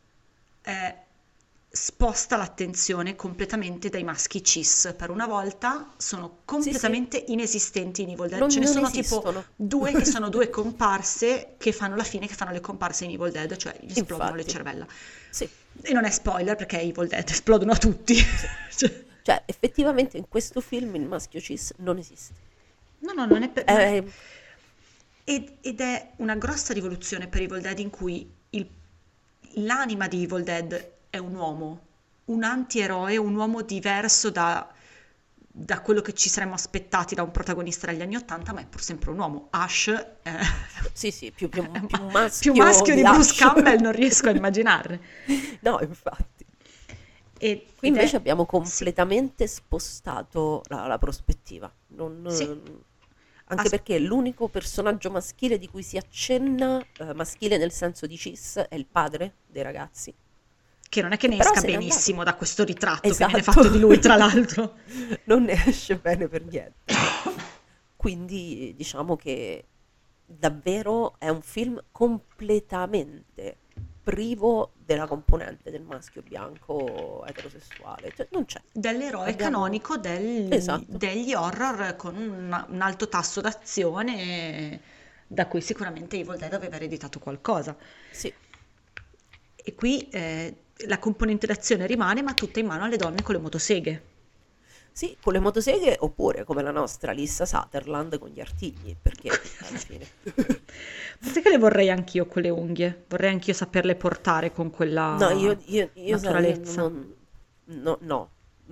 sposta l'attenzione completamente dai maschi cis. Per una volta sono Sì, sì. completamente inesistenti in Evil Dead. Non, Ce ne non sono tipo esistono. due che sono due comparse che fanno la fine, che fanno le comparse in Evil Dead, cioè gli esplodono le Infatti. cervella. Sì, E non è spoiler perché è Evil Dead, esplodono a tutti. sì. Cioè, Cioè, effettivamente in questo film il maschio cis non esiste. no, no, non è non è- Eh, ed è una grossa rivoluzione per Evil Dead in cui l'anima di Evil Dead è un uomo, un antieroe, un uomo diverso da quello che ci saremmo aspettati da un protagonista degli anni Ottanta, ma è pur sempre un uomo. Ash è sì, sì, più più maschio, maschio di Bruce Ash. Campbell non riesco a immaginarne. No, infatti. Qui Ed invece è, abbiamo sì, completamente spostato la prospettiva. sì, Anche as- perché l'unico personaggio maschile di cui si accenna, maschile nel senso di cis, è il padre dei ragazzi. che non è che Che ne però esca se n'è andato. benissimo da questo ritratto che viene Esatto. fatto di lui, tra l'altro. Non ne esce bene per niente. Quindi diciamo che davvero è un film completamente privo della componente del maschio bianco eterosessuale. Cioè, non c'è. Dell'eroe Abbiamo... canonico Esatto. degli horror con un alto tasso d'azione da cui sicuramente Evil Dead aveva ereditato qualcosa. Sì. E qui la componente d'azione rimane, ma tutta in mano alle donne con le motoseghe. Sì, con le motoseghe oppure come la nostra Lissa Sutherland con gli artigli, perché alla fine... Sai che le vorrei anch'io con le unghie, vorrei anch'io saperle portare con No, quella io sai, naturalezza. no, no,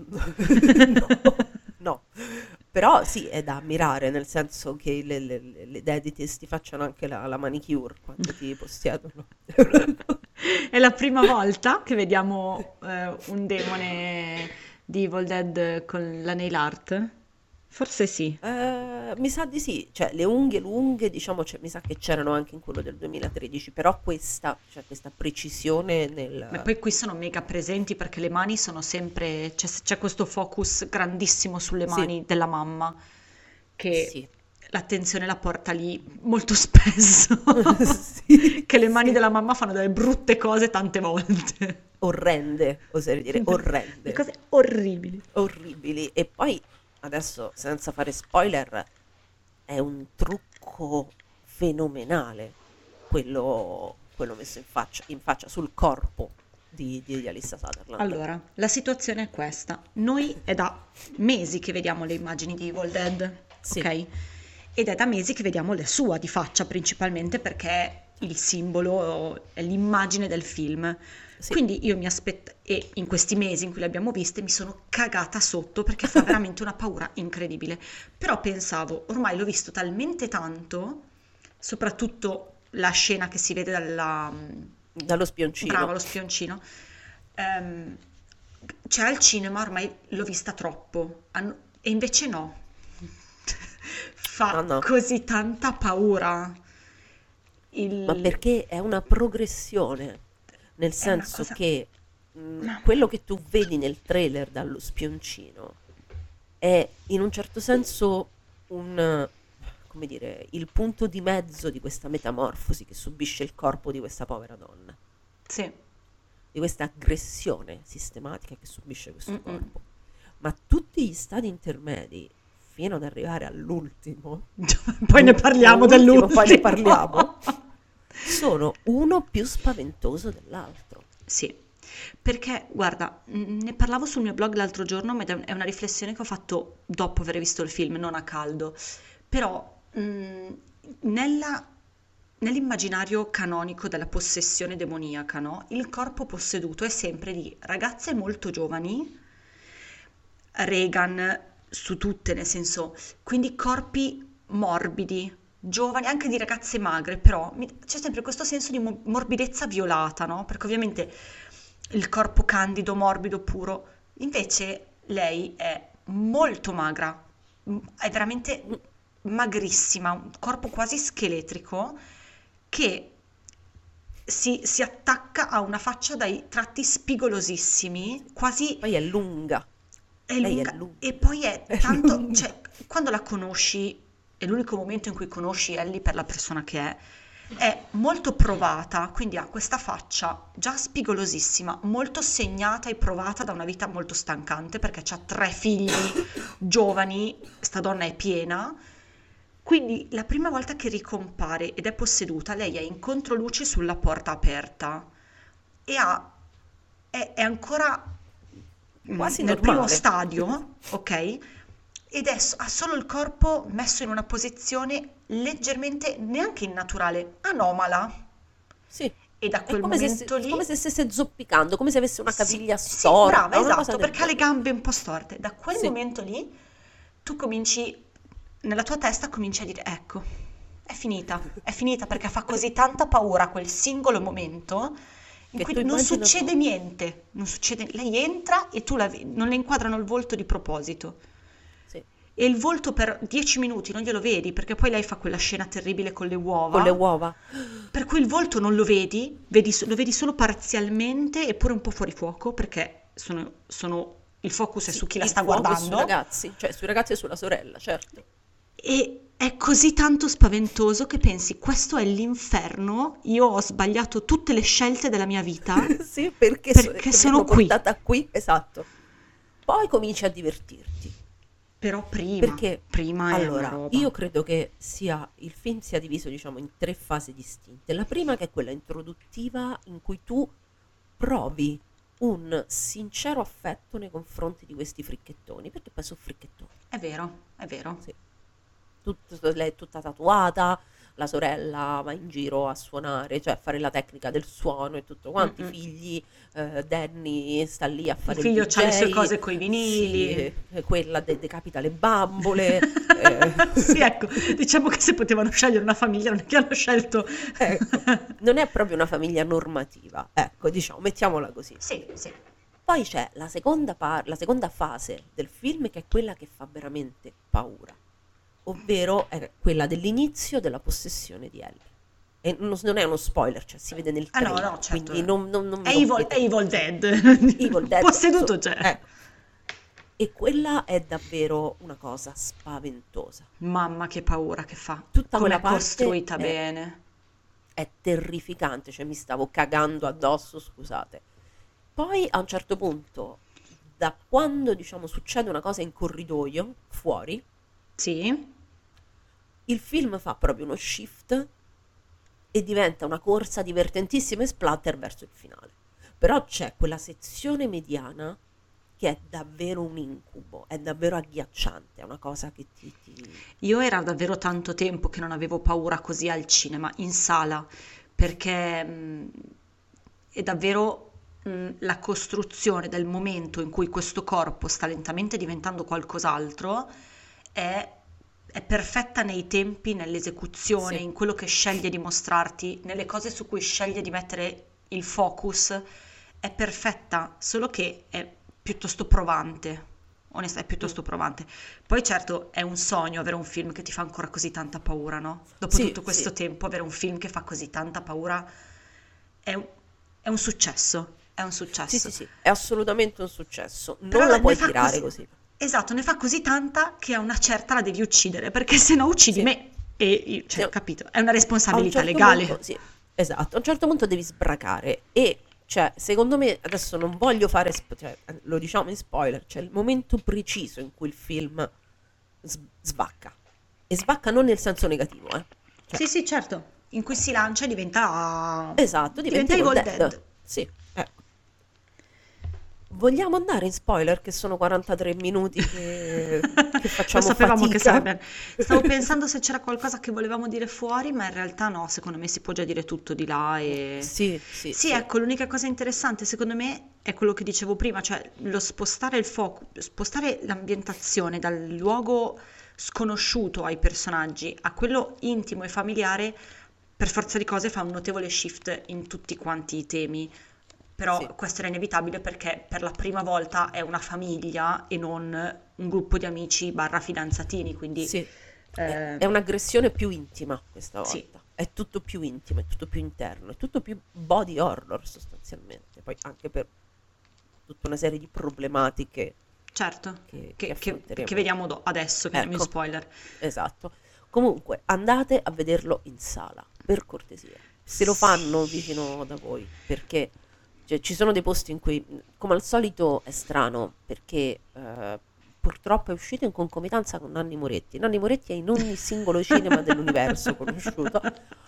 no. Però sì, è da ammirare, nel senso che le dedities ti facciano anche la manicure quando ti possiedono. È la prima volta che vediamo un demone di Evil Dead con la nail art? Forse sì. Mi sa di sì, cioè le unghie lunghe, diciamo, mi sa che c'erano anche in quello del 2013, però cioè, questa precisione Ma nel... poi qui sono mega presenti perché le mani sono sempre... C'è questo focus grandissimo sulle Sì, mani della mamma che sì, l'attenzione la porta lì molto spesso. sì, Che le mani sì. della mamma fanno delle brutte cose tante volte. Orrende, oserei dire, Le orrende. cose orribili. Orribili. E poi, adesso, senza fare spoiler, è un trucco fenomenale quello messo in faccia sul corpo di Alyssa Sutherland. Allora, la situazione è questa. Noi è da mesi che vediamo le immagini di Evil Dead, Sì, ok? Ed è da mesi che vediamo la sua di faccia principalmente perché è il simbolo, è l'immagine del film. sì, Quindi io mi aspetto, e in questi mesi in cui le abbiamo viste mi sono cagata sotto perché fa veramente una paura incredibile. Però pensavo, ormai l'ho visto talmente tanto, soprattutto la scena che si vede dalla... dallo Brava, spioncino. lo spioncino. Ehm, cioè al cinema ormai l'ho vista troppo, e invece no. No, Fa no, così tanta paura. ma Il... perché è una progressione, nel È una senso cosa... che Mamma quello mia. che tu vedi nel trailer dallo spioncino è in un certo senso come dire, il punto di mezzo di questa metamorfosi che subisce il corpo di questa povera donna, Sì. di questa aggressione sistematica che subisce questo Mm-mm. corpo. Ma tutti gli stadi intermedi, fino ad arrivare all'ultimo, Poi ne parliamo l'ultimo, poi ne dell'ultimo. parliamo, sono uno più spaventoso dell'altro. Sì, perché guarda, ne parlavo sul mio blog l'altro giorno, ma è una riflessione che ho fatto dopo aver visto il film, non a caldo. Però nell'immaginario canonico della possessione demoniaca, no? Il corpo posseduto è sempre di ragazze molto giovani, Reagan su tutte, nel senso, quindi corpi morbidi, giovani, anche di ragazze magre, però c'è sempre questo senso di morbidezza violata, no? Perché ovviamente il corpo candido, morbido, puro. Invece lei è molto magra, è veramente magrissima, un corpo quasi scheletrico che si attacca a una faccia dai tratti spigolosissimi, quasi Poi è lunga. è Lei è lunga, lunga. e poi è È tanto, lunga. cioè, quando la conosci, è l'unico momento in cui conosci Ellie per la persona che è molto provata, quindi ha questa faccia già spigolosissima, molto segnata e provata da una vita molto stancante, perché ha 3 figli giovani, sta donna è piena, quindi la prima volta che ricompare ed è posseduta, lei è in controluce sulla porta aperta e è ancora Quasi nel primo normale. stadio, ok? Ed ha solo il corpo messo in una posizione leggermente, neanche innaturale, anomala. Sì. E da È quel come se, momento lì... come se stesse zoppicando, come se avesse una Sì, caviglia sì, storta, brava, una cosa esatto, del perché ha le genere. gambe un po' storte. Da quel Sì. momento lì tu cominci, nella tua testa cominci a dire, ecco, è finita perché fa così tanta paura quel singolo momento in Che cui tu non immagina succede tu. niente, non succede, lei entra e tu non le inquadrano il volto di proposito. Sì. E il volto per 10 minuti non glielo vedi, perché poi lei fa quella scena terribile con le uova. Con le uova. Per cui il volto non lo vedi, lo vedi solo parzialmente e pure un po' fuori fuoco, perché il focus è Sì, su chi la il sta fuoco è sui guardando. ragazzi, cioè sui ragazzi e sulla sorella, certo. E è così tanto spaventoso che pensi, questo è l'inferno, io ho sbagliato tutte le scelte della mia vita, Sì, perché, perché mi sono hanno qui. portata qui, esatto. Poi cominci a divertirti. Però prima è una Allora, roba. io credo che il film sia diviso, diciamo, in 3 fasi distinte. La prima che è quella introduttiva in cui tu provi un sincero affetto nei confronti di questi fricchettoni, perché poi sono fricchettoni. È vero, è vero. Sì. Lei è tutta tatuata, la sorella va in giro a suonare, cioè a fare la tecnica del suono e tutto quanto, i Mm-mm. figli, Danny sta lì a Il fare il figlio ha le sue DJ, cose coi vinili. sì, quella decapita le bambole, Sì, ecco, diciamo che se potevano scegliere una famiglia non è che hanno scelto... ecco, non è proprio una famiglia normativa, ecco, diciamo, mettiamola così. Sì, sì. Poi c'è la seconda fase del film, che è quella che fa veramente paura, ovvero è quella dell'inizio della possessione di Ellie. E non è uno spoiler, cioè si vede nel Ah no, trailer, no, certo. quindi non È vi Evil, rompete. è Evil Dead. Evil Dead, Posseduto insomma, c'è. ecco. E quella è davvero una cosa spaventosa. Mamma, che paura che fa. Tutta Come quella è parte costruita è- bene. È terrificante, cioè mi stavo cagando addosso, scusate. Poi a un certo punto, da quando diciamo succede una cosa in corridoio, fuori, Sì, il film fa proprio uno shift e diventa una corsa divertentissima e splatter verso il finale. Però c'è quella sezione mediana che è davvero un incubo, è davvero agghiacciante, è una cosa che io era davvero tanto tempo che non avevo paura così al cinema, in sala, perché è davvero la costruzione del momento in cui questo corpo sta lentamente diventando qualcos'altro è perfetta nei tempi, nell'esecuzione, Sì. in quello che sceglie di mostrarti, nelle cose su cui sceglie di mettere il focus, è perfetta, solo che è piuttosto provante. Onesta, è piuttosto provante. Poi certo è un sogno avere un film che ti fa ancora così tanta paura, no? Dopo Sì, tutto questo sì. tempo avere un film che fa così tanta paura è un successo, è un Sì, successo. sì, è assolutamente un successo. Però Non la ne puoi fa tirare così. Esatto, ne fa così tanta che a una certa la devi uccidere, perché se no uccidi Sì. me. Cioè, Sì. capito? È una A un responsabilità certo legale. punto, sì, esatto, a un certo punto devi sbracare e, cioè, secondo me, adesso non voglio fare, cioè, lo diciamo in spoiler, c'è il momento preciso in cui il film svacca. E svacca non nel senso negativo, Cioè, Sì, sì, certo. In cui si lancia e diventa... esatto, diventa Evil Evil Dead. Dead. Sì, ecco. Vogliamo andare in spoiler, che sono 43 minuti che facciamo Lo sapevamo fatica. che sarebbe. Stavo pensando se c'era qualcosa che volevamo dire fuori, ma in realtà no, secondo me si può già dire tutto di là e... Sì, sì, Sì, ecco, l'unica cosa interessante secondo me è quello che dicevo prima, cioè lo spostare il focus, spostare l'ambientazione dal luogo sconosciuto ai personaggi a quello intimo e familiare, per forza di cose fa un notevole shift in tutti quanti i temi. Però Sì. questo era inevitabile perché per la prima volta è una famiglia e non un gruppo di amici barra fidanzatini, quindi Sì. eh, È un'aggressione più intima questa sì, volta. è tutto più intimo, è tutto più interno, è tutto più body horror sostanzialmente, poi anche per tutta una serie di problematiche Certo, che affronteremo. che vediamo adesso, che andiamo in Ecco, spoiler. esatto. Comunque, andate a vederlo in sala, per cortesia. Se lo fanno vicino da voi, perché ci sono dei posti in cui, come al solito, è strano, perché purtroppo è uscito in concomitanza con Nanni Moretti. Nanni Moretti è in ogni singolo cinema dell'universo conosciuto.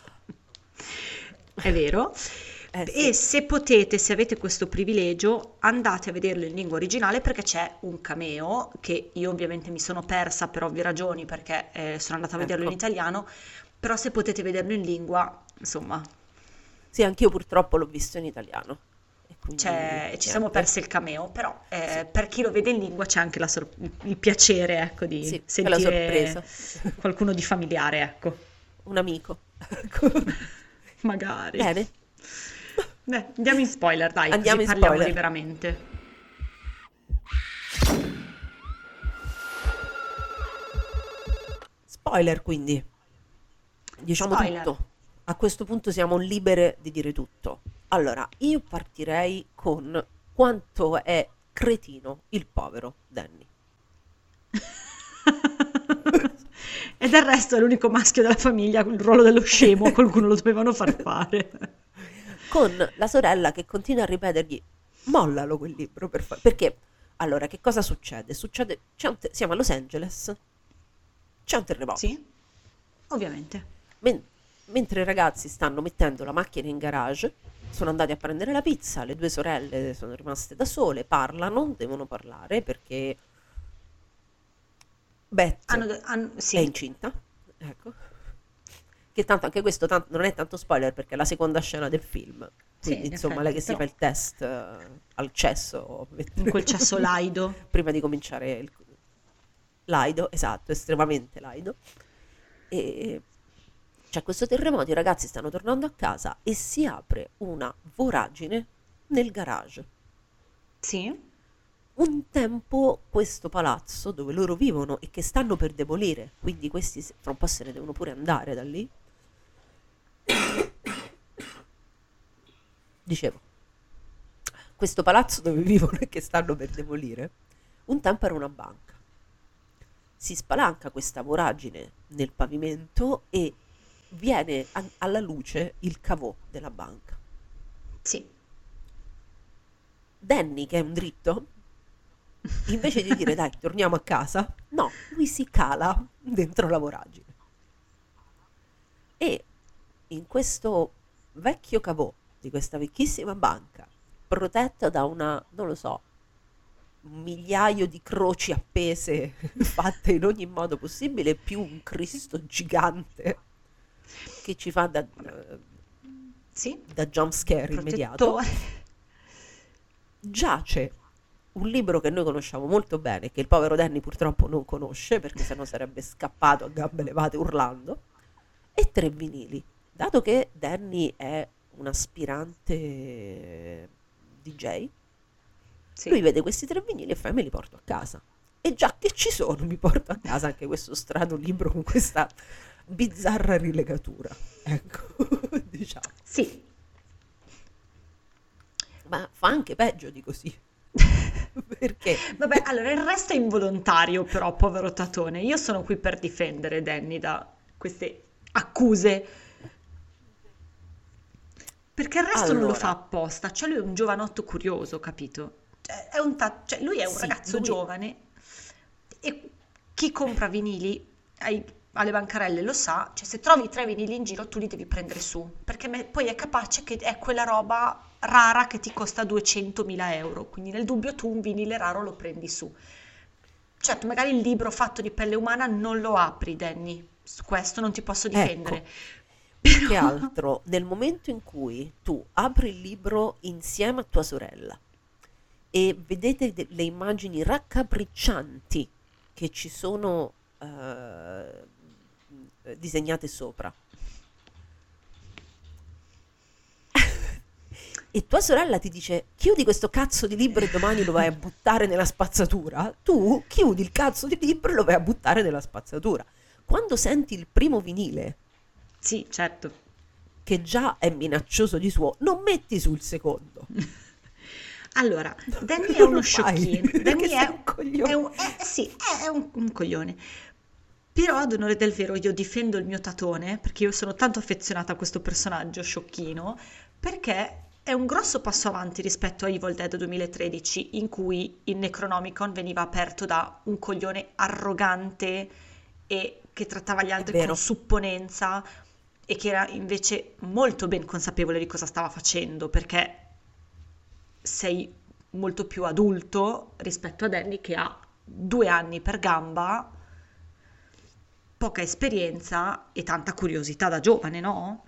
È vero. E Sì, se potete, se avete questo privilegio, andate a vederlo in lingua originale perché c'è un cameo che io ovviamente mi sono persa per ovvie ragioni perché sono andata a vederlo in ecco. italiano, però se potete vederlo in lingua, insomma, Sì, anch'io purtroppo l'ho visto in italiano. E quindi, ci siamo niente. persi il cameo, però Sì, per chi lo vede in lingua c'è anche il piacere, ecco, di sì, è la sentire sorpresa. qualcuno di familiare, ecco, Un amico. Ecco. magari. Bene, Beh, andiamo in spoiler, dai, così andiamo in parliamo spoiler. liberamente. Spoiler, quindi. Diciamo Spoiler. tutto. A questo punto siamo libere di dire tutto. Allora, io partirei con quanto è cretino il povero Danny. E del resto è l'unico maschio della famiglia, il ruolo dello scemo, qualcuno lo dovevano far fare. Con la sorella che continua a ripetergli: mollalo quel libro per favore. Perché, allora, che cosa succede? Siamo a Los Angeles, c'è un terremoto. Sì, ovviamente. Mentre i ragazzi stanno mettendo la macchina in garage, sono andati a prendere la pizza, le due sorelle sono rimaste da sole, devono parlare perché Beth è Sì, incinta, ecco. Che tanto anche questo non è tanto spoiler perché è la seconda scena del film. sì, Quindi in insomma lei che effetti, si fa però il test al cesso in quel cesso laido. prima di cominciare il laido, esatto, estremamente laido. E c'è questo terremoto, i ragazzi stanno tornando a casa e si apre una voragine nel garage. Sì, Un tempo questo palazzo dove loro vivono e che stanno per demolire, quindi questi fra un po' se ne devono pure andare da lì. Dicevo, questo palazzo dove vivono e che stanno per demolire, un tempo era una banca. Si spalanca questa voragine nel pavimento e viene alla luce il cavò della banca. sì. Danny, che è un dritto, invece di dire dai, torniamo a casa, no, lui si cala dentro la voragine. E in questo vecchio cavò di questa vecchissima banca, protetta da una, non lo so, un migliaio di croci appese fatte in ogni modo possibile, più un Cristo gigante che ci fa Sì, da jump scare immediato, protettore. giace un libro che noi conosciamo molto bene, che il povero Danny purtroppo non conosce, perché sennò sarebbe scappato a gambe levate urlando, e 3 vinili. Dato che Danny è un aspirante DJ, Sì. lui vede questi 3 vinili e fa: me li porto a casa. E già che ci sono, mi porto a casa anche questo strano libro con questa bizzarra rilegatura. Ecco, diciamo. Sì. Ma fa anche peggio di così. Perché? Vabbè, allora il resto è involontario, però, povero Tatone. Io sono qui per difendere Danny da queste accuse. Perché il resto non lo fa Allora, apposta. Cioè, lui è un giovanotto curioso, capito? Cioè, lui è un sì, ragazzo lui giovane e chi compra vinili alle bancarelle lo sa. Cioè, se trovi 3 vinili in giro, tu li devi prendere su. Perché poi è capace che è quella roba rara che ti costa 200.000 euro. Quindi, nel dubbio, tu un vinile raro lo prendi su. Certo, magari il libro fatto di pelle umana non lo apri, Danny. Su questo non ti posso difendere. ecco, più che Però, altro nel momento in cui tu apri il libro insieme a tua sorella e vedete le immagini raccapriccianti che ci sono disegnate sopra, e tua sorella ti dice: chiudi questo cazzo di libro e domani lo vai a buttare nella spazzatura, tu chiudi il cazzo di libro e lo vai a buttare nella spazzatura. Quando senti il primo vinile Sì, certo. che già è minaccioso di suo, non metti sul secondo. Allora, Danny è Non uno lo fai, sciocchino. perché Danny sei un coglione. sì, è un coglione. Però, ad onore del vero, io difendo il mio tatone, perché io sono tanto affezionata a questo personaggio sciocchino, perché è un grosso passo avanti rispetto a Evil Dead 2013, in cui il Necronomicon veniva aperto da un coglione arrogante e che trattava gli È altri con vero. supponenza e che era invece molto ben consapevole di cosa stava facendo, perché sei molto più adulto rispetto a Danny che ha 2 anni per gamba, poca esperienza e tanta curiosità da giovane, no?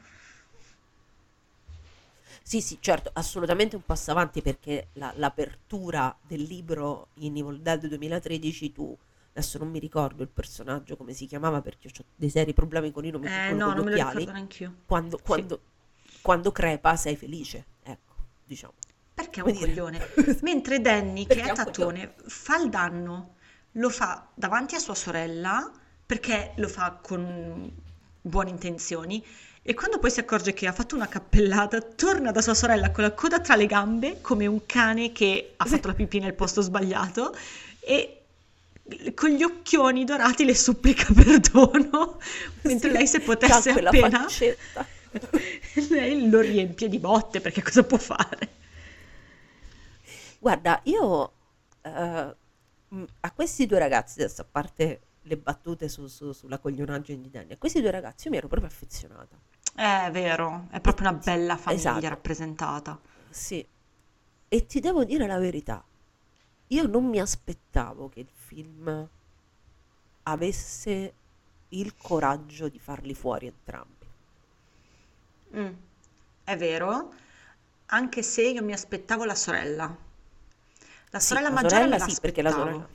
Sì, sì, certo, assolutamente un passo avanti perché l'apertura del libro in Evil Dead 2013 tu, adesso non mi ricordo il personaggio come si chiamava perché ho dei seri problemi con i nomi, quello No, con gli non me lo occhiali, ricordo neanch'io. quando, Sì, quando, quando crepa sei felice, ecco, diciamo. perché è Come un dire, coglione. Mentre Danny, che perché è è un coglione. tatone, fa il danno, lo fa davanti a sua sorella, perché lo fa con buone intenzioni, e quando poi si accorge che ha fatto una cappellata, torna da sua sorella con la coda tra le gambe, come un cane che ha fatto la pipì nel posto sbagliato, e con gli occhioni dorati le supplica perdono, mentre Sì, lei se c'ha potesse quella appena, faccetta. lei lo riempie di botte, perché cosa può fare? Guarda, io a questi due ragazzi, adesso a parte le battute sulla coglionaggine di Danny, a questi due ragazzi io mi ero proprio affezionata. È vero, è E- proprio una bella famiglia esatto, rappresentata. sì. E ti devo dire la verità, io non mi aspettavo che il film avesse il coraggio di farli fuori entrambi. Mm, è vero, anche se io mi aspettavo la sorella. La Sì, sorella la maggiore me sorella sì, perché l'aspettavo,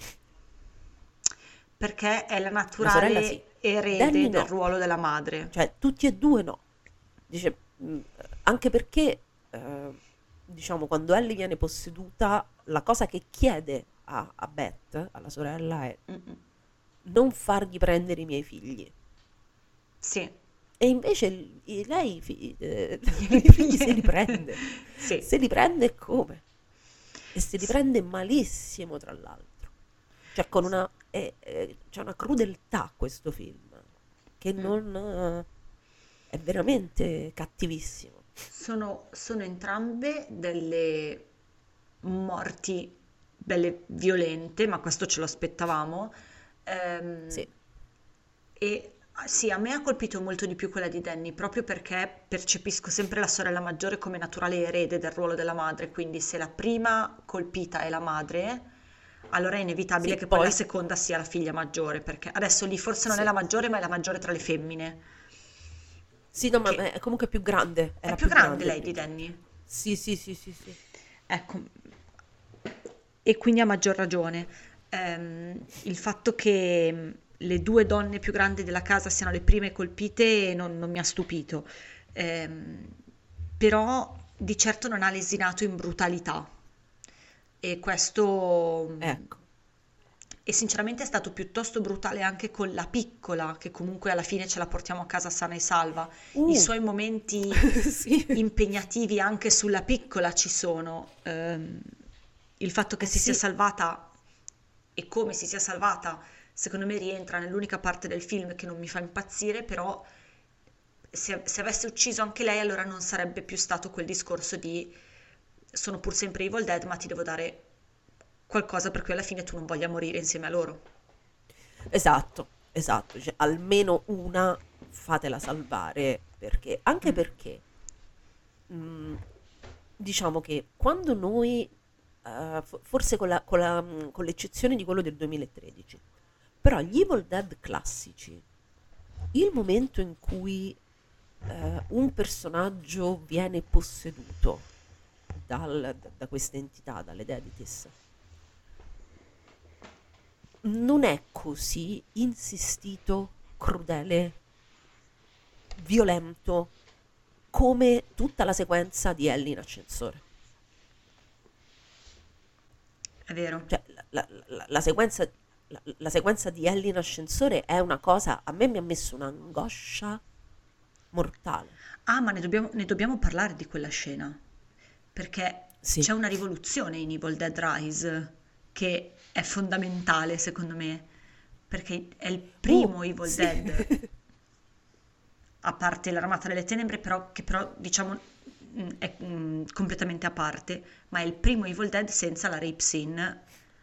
perché è la la sorella sì, naturale erede Danny del no, ruolo della madre. cioè tutti e due no. Dice, anche perché, diciamo, quando Ellie viene posseduta, la cosa che chiede a Beth, alla sorella, è Mm-mm. non fargli prendere i miei figli. Sì, E invece lei glieli i figli se li prende. prende. Sì, Se li prende e come? E se li prende malissimo, tra l'altro. Cioè, c'è una crudeltà questo film, che mm. non... è veramente cattivissimo. Sono entrambe delle morti belle violente, ma questo ce lo aspettavamo. Ehm, Sì, e sì, a me ha colpito molto di più quella di Danny, proprio perché percepisco sempre la sorella maggiore come naturale erede del ruolo della madre, quindi se la prima colpita è la madre, allora è inevitabile sì, che poi la poi... seconda sia la figlia maggiore, perché adesso lì forse non è Sì. la maggiore, ma è la maggiore tra le femmine, Sì, no, ma che è comunque più grande, è è la più più grande grande lei di di tutte. Danny. Sì, sì, sì, sì, sì. Ecco, e quindi a maggior ragione. Il fatto che le due donne più grandi della casa siano le prime colpite non mi ha stupito. Ehm, Però di certo non ha lesinato in brutalità, e questo Ecco. e sinceramente è stato piuttosto brutale anche con la piccola, che comunque alla fine ce la portiamo a casa sana e salva. I Uh, suoi momenti sì. impegnativi anche sulla piccola ci sono. Il fatto che si sia Sì, salvata e come si sia salvata, secondo me rientra nell'unica parte del film che non mi fa impazzire, però se avesse ucciso anche lei, allora non sarebbe più stato quel discorso di sono pur sempre Evil Dead, ma ti devo dare qualcosa per cui alla fine tu non voglia morire insieme a loro. esatto, esatto. Cioè, almeno una fatela salvare, perché, anche Mm, perché, mh, diciamo che quando noi, forse con l'eccezione di quello del 2013, però gli Evil Dead classici, il momento in cui un personaggio viene posseduto da questa entità, dalle Deadites, non è così insistito, crudele, violento come tutta la sequenza di Ellie in ascensore. è vero. Cioè, la sequenza di Ellie in ascensore è una cosa, a me mi ha messo un'angoscia mortale. Ah, ma ne dobbiamo parlare di quella scena, perché Sì. c'è una rivoluzione in Evil Dead Rise che è fondamentale secondo me, perché è il primo Evil Sì. Dead, a parte l'Armata delle Tenebre, che però diciamo è completamente a parte, ma è il primo Evil Dead senza la rape scene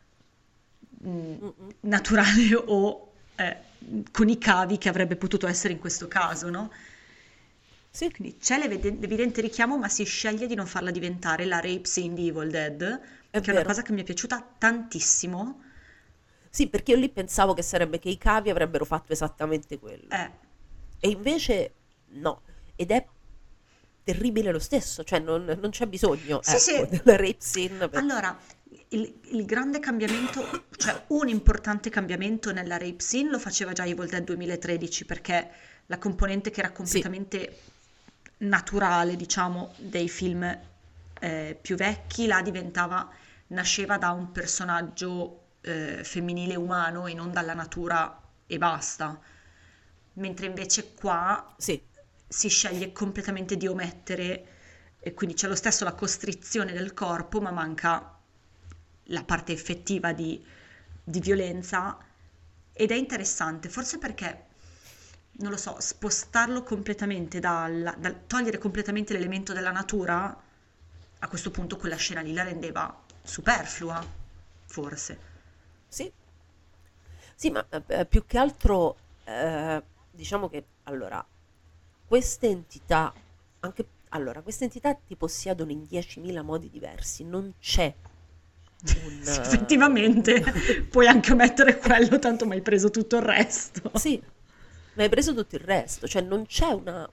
Mm-mm. naturale o con i cavi che avrebbe potuto essere in questo caso, no? Sì, Quindi c'è l'evidente richiamo, ma si sceglie di non farla diventare la rape scene di Evil Dead, è che è una vero. cosa che mi è piaciuta tantissimo. Sì, perché io lì pensavo che sarebbe che i cavi avrebbero fatto esattamente quello. Eh, E invece no. Ed è terribile lo stesso, cioè non c'è bisogno, sì, sì. ecco, della rape scene per... Allora, il grande cambiamento, cioè un importante cambiamento nella rape scene lo faceva già Evil Dead 2013, perché la componente che era Sì, completamente naturale, diciamo, dei film più vecchi, nasceva da un personaggio femminile umano e non dalla natura e basta. Mentre invece qua sì, si sceglie completamente di omettere, e quindi c'è lo stesso la costrizione del corpo, ma manca la parte effettiva di violenza, ed è interessante, forse perché, non lo so, spostarlo completamente togliere completamente l'elemento della natura, a questo punto quella scena lì la rendeva superflua, forse. sì. Sì, ma più che altro diciamo che allora queste entità queste entità ti possiedono in 10.000 modi diversi, non c'è un Sì, effettivamente, puoi anche omettere quello, tanto mi hai preso tutto il resto. sì, ma hai preso tutto il resto, cioè non c'è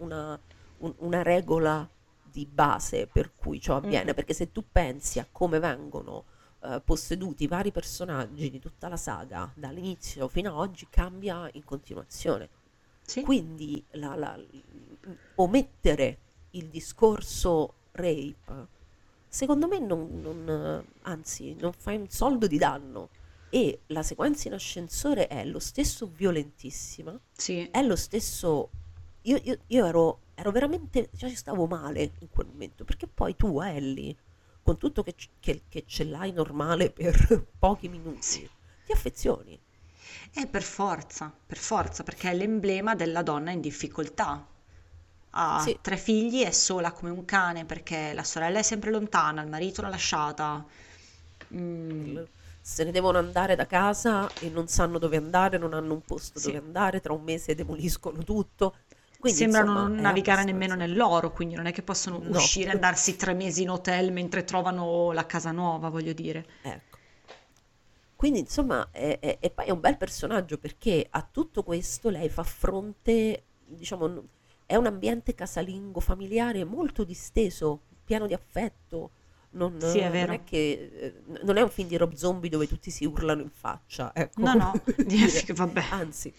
una regola di base per cui ciò avviene, Mm-mm. perché se tu pensi a come vengono posseduti i vari personaggi di tutta la saga dall'inizio fino ad oggi, cambia in continuazione. Sì. Quindi omettere il discorso rape, secondo me anzi, non fai un soldo di danno. E la sequenza in ascensore è lo stesso violentissima, Sì. è lo stesso. Io ero veramente, cioè ci stavo male in quel momento, perché poi tu, Ellie, con tutto che ce l'hai normale per pochi minuti, Sì. ti affezioni. Per forza, perché è l'emblema della donna in difficoltà. Ha Sì, 3 figli, è sola come un cane perché la sorella è sempre lontana, il marito l'ha lasciata. Mm, se ne devono andare da casa e non sanno dove andare, non hanno un posto dove sì. andare, tra un mese demoliscono tutto. Quindi, Sembrano insomma, non è navigare nemmeno abbastanza. nell'oro, quindi non è che possono No, uscire e andarsi 3 mesi in hotel mentre trovano la casa nuova, voglio dire. ecco. Quindi, insomma, e poi è un bel personaggio perché a tutto questo lei fa fronte, diciamo, è un ambiente casalingo, familiare molto disteso, pieno di affetto. Sì, è Non vero. è che, non è un film di Rob Zombie dove tutti si urlano in faccia, ecco, No, come no, per dire. vabbè. Anzi,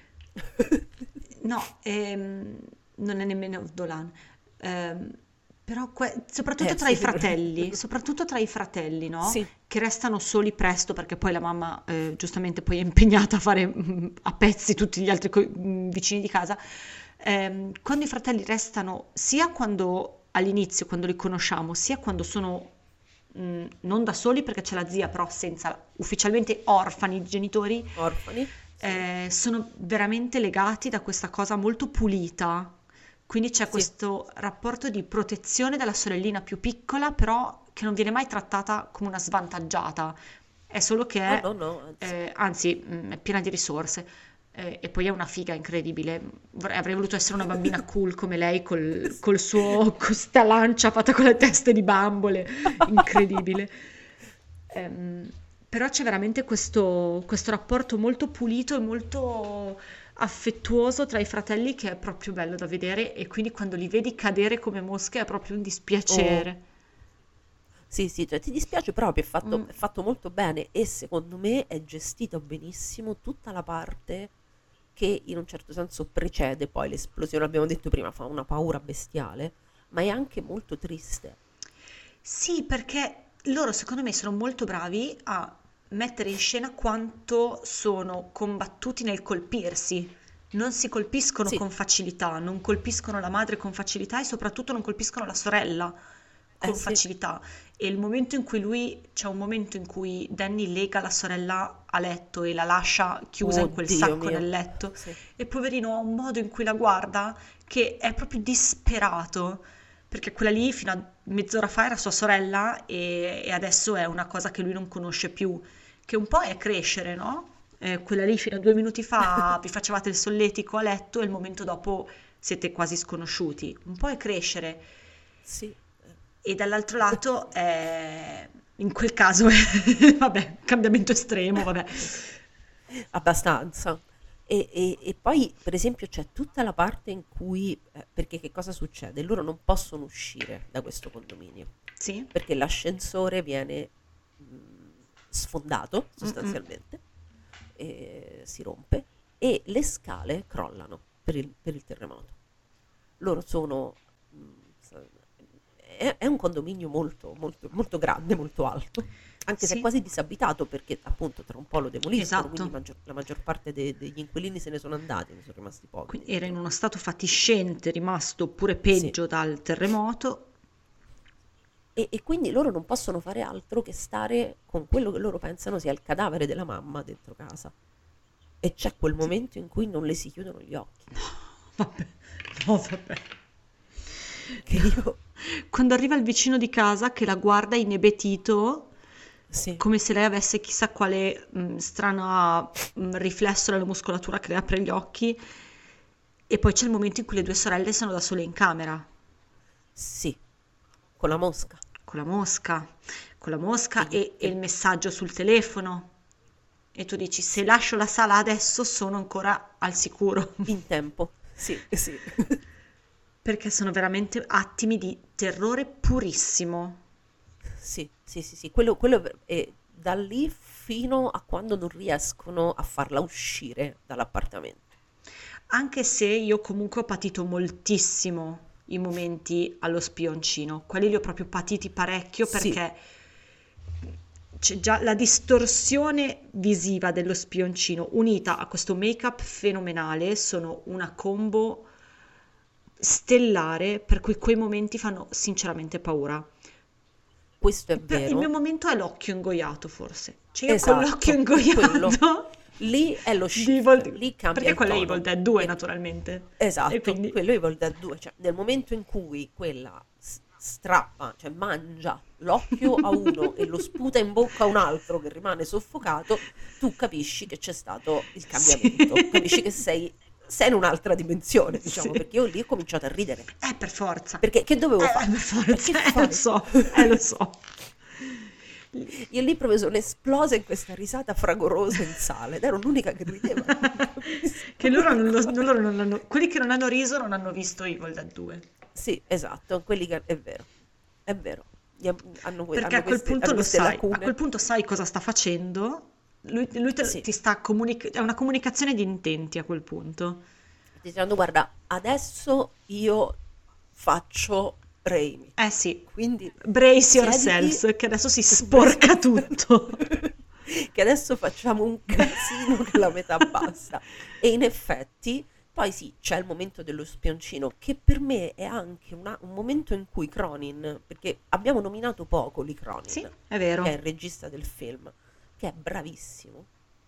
No, non è nemmeno Dolan. Ehm, Però sì, vero. soprattutto tra i fratelli, no? Sì, Che restano soli presto perché poi la mamma, giustamente, poi è impegnata a fare a pezzi tutti gli altri vicini di casa. Quando i fratelli restano, sia quando all'inizio, quando li conosciamo, sia quando sono non da soli perché c'è la zia, però senza ufficialmente orfani di genitori, orfani, sì, sono veramente legati da questa cosa molto pulita. Quindi c'è sì. questo rapporto di protezione della sorellina più piccola, però che non viene mai trattata come una svantaggiata. È solo che No, no, no, anzi. anzi, è piena di risorse. E poi è una figa incredibile. Avrei voluto essere una bambina cool come lei, con questa lancia fatta con le teste di bambole. Incredibile. Però c'è veramente questo rapporto molto pulito e molto affettuoso tra i fratelli che è proprio bello da vedere, e quindi quando li vedi cadere come mosche è proprio un Oh, dispiacere. sì, sì, cioè ti dispiace proprio, Mm, è fatto molto bene e secondo me è gestito benissimo tutta la parte che in un certo senso precede poi l'esplosione, abbiamo detto prima, fa una paura bestiale, ma è anche molto triste. Sì, perché loro secondo me sono molto bravi a mettere in scena quanto sono combattuti nel colpirsi, non si colpiscono Sì. con facilità, non colpiscono la madre con facilità e soprattutto non colpiscono la sorella con Sì. facilità. E il momento in cui c'è un momento in cui Danny lega la sorella a letto e la lascia chiusa in quel Oddio sacco mio. nel letto, Sì. e poverino ha un modo in cui la guarda che è proprio disperato, perché quella lì fino a mezz'ora fa era sua sorella e adesso è una cosa che lui non conosce più, che un po' è crescere, no? Quella lì fino a 2 minuti fa vi facevate il solletico a letto e il momento dopo siete quasi sconosciuti. Un po' è crescere. Sì. E dall'altro lato, in quel caso, vabbè, cambiamento estremo, vabbè. Abbastanza. E poi, per esempio, c'è tutta la parte in cui, perché che cosa succede? Loro non possono uscire da questo condominio, Sì? perché l'ascensore viene sfondato Mm-mm. sostanzialmente, e si rompe e le scale crollano per il terremoto. Loro sono... è un condominio molto, molto, molto grande, molto alto, anche se Sì. è quasi disabitato perché appunto tra un po' lo demoliscono, Esatto. quindi la maggior parte degli inquilini se ne sono andati, ne sono rimasti pochi. Quindi era in uno stato fatiscente, rimasto pure peggio dal terremoto. E quindi loro non possono fare altro che stare con quello che loro pensano sia il cadavere della mamma dentro casa. E c'è quel momento in cui non le si chiudono gli occhi. Vabbè, no, vabbè. Che io... Quando arriva il vicino di casa che la guarda inebetito, Sì, come se lei avesse chissà quale strana riflesso nella muscolatura che le apre gli occhi, e poi c'è il momento in cui le due sorelle sono da sole in camera, sì, con la mosca. con la mosca Che- e il messaggio sul telefono. E tu dici, se lascio la sala adesso sono ancora al sicuro. In tempo. Sì, sì. Perché sono veramente attimi di terrore purissimo. Sì, sì, sì, sì. Quello è da lì fino a quando non riescono a farla uscire dall'appartamento. Anche se io comunque ho patito moltissimo i momenti allo spioncino, quelli li ho proprio patiti parecchio Sì. perché c'è già la distorsione visiva dello spioncino unita a questo make-up fenomenale, sono una combo stellare per cui quei momenti fanno sinceramente paura. Questo è Il mio vero. momento è l'occhio ingoiato forse, cioè io Esatto, con l'occhio quello. ingoiato Lì è lo di shift, Evil- lì cambia perché il quello è tono. Evil Dead 2 E- naturalmente. Esatto, E quindi quello è Evil Dead 2, cioè nel momento in cui quella strappa, cioè mangia l'occhio a uno e lo sputa in bocca a un altro che rimane soffocato, tu capisci che c'è stato il cambiamento, Sì. capisci che sei in un'altra dimensione, diciamo, Sì. perché io lì ho cominciato a ridere, Per forza. perché che dovevo fare? Per forza, Che lo fai? so, lo so. Io lì proprio sono esplosa in questa risata fragorosa in sala ed ero l'unica che rideva. Che loro non hanno, quelli che non hanno riso non hanno visto Evil Dead 2. Sì, esatto, quelli che è vero. Hanno Perché a quel punto hanno lo queste sai, a lacune. quel punto sai cosa sta facendo. Lui Sì. ti sta è una comunicazione di intenti a quel punto. Dicendo, guarda, adesso io faccio Raimi, Eh sì, quindi brace siediti- yourselves, che adesso si sporca tutto. che adesso facciamo un casino che la metà basta. E in effetti, poi sì, c'è il momento dello spioncino, che per me è anche un momento in cui Cronin, perché abbiamo nominato poco Lee Cronin, Sì, è vero. che è il regista del film, che è bravissimo,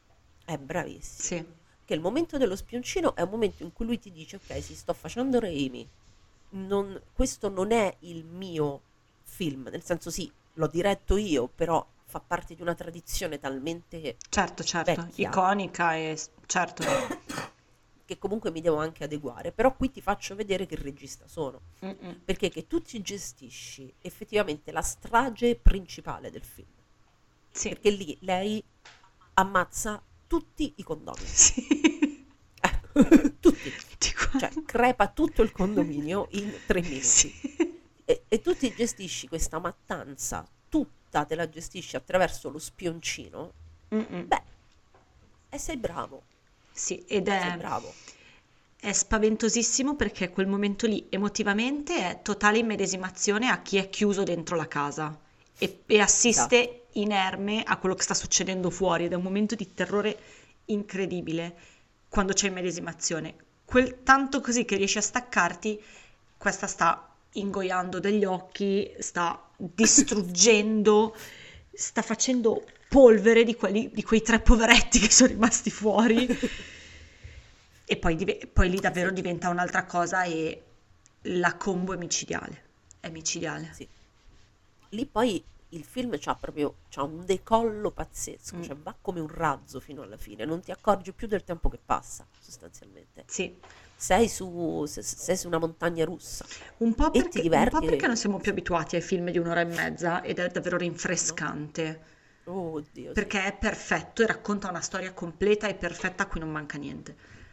Sì. che il momento dello spioncino è un momento in cui lui ti dice, ok, sì, sto facendo Raimi, questo non è il mio film, nel senso sì, l'ho diretto io, però fa parte di una tradizione talmente Certo, vecchia iconica e certo. che comunque mi devo anche adeguare, però qui ti faccio vedere che regista sono, Mm-mm. perché che tu ci gestisci effettivamente la strage principale del film, Sì. perché lì lei ammazza tutti i condomini, Sì. ecco, tutti, Tutti quanti. cioè crepa tutto il condominio in 3 minuti. Sì. E tu ti gestisci questa mattanza, tutta te la gestisci attraverso lo spioncino, Mm-mm. beh, e sei bravo, Sì, ed sei bravo. è spaventosissimo perché quel momento lì emotivamente è totale immedesimazione a chi è chiuso dentro la casa e assiste inerme a quello che sta succedendo fuori ed è un momento di terrore incredibile. quando c'è immedesimazione. Quel tanto così che riesci a staccarti, questa sta ingoiando degli occhi, sta distruggendo, sta facendo polvere di quei 3 poveretti che sono rimasti fuori. E poi lì davvero diventa un'altra cosa e la combo è micidiale. Sì. Lì poi il film c'ha un decollo pazzesco, cioè va come un razzo fino alla fine, non ti accorgi più del tempo che passa, sostanzialmente. Sì. Sei su una montagna russa Un po' e ti diverti. perché non siamo più abituati ai film di 1 ora e mezza ed è davvero rinfrescante. Oddio, sì. Perché è perfetto e racconta una storia completa e perfetta a cui non manca niente.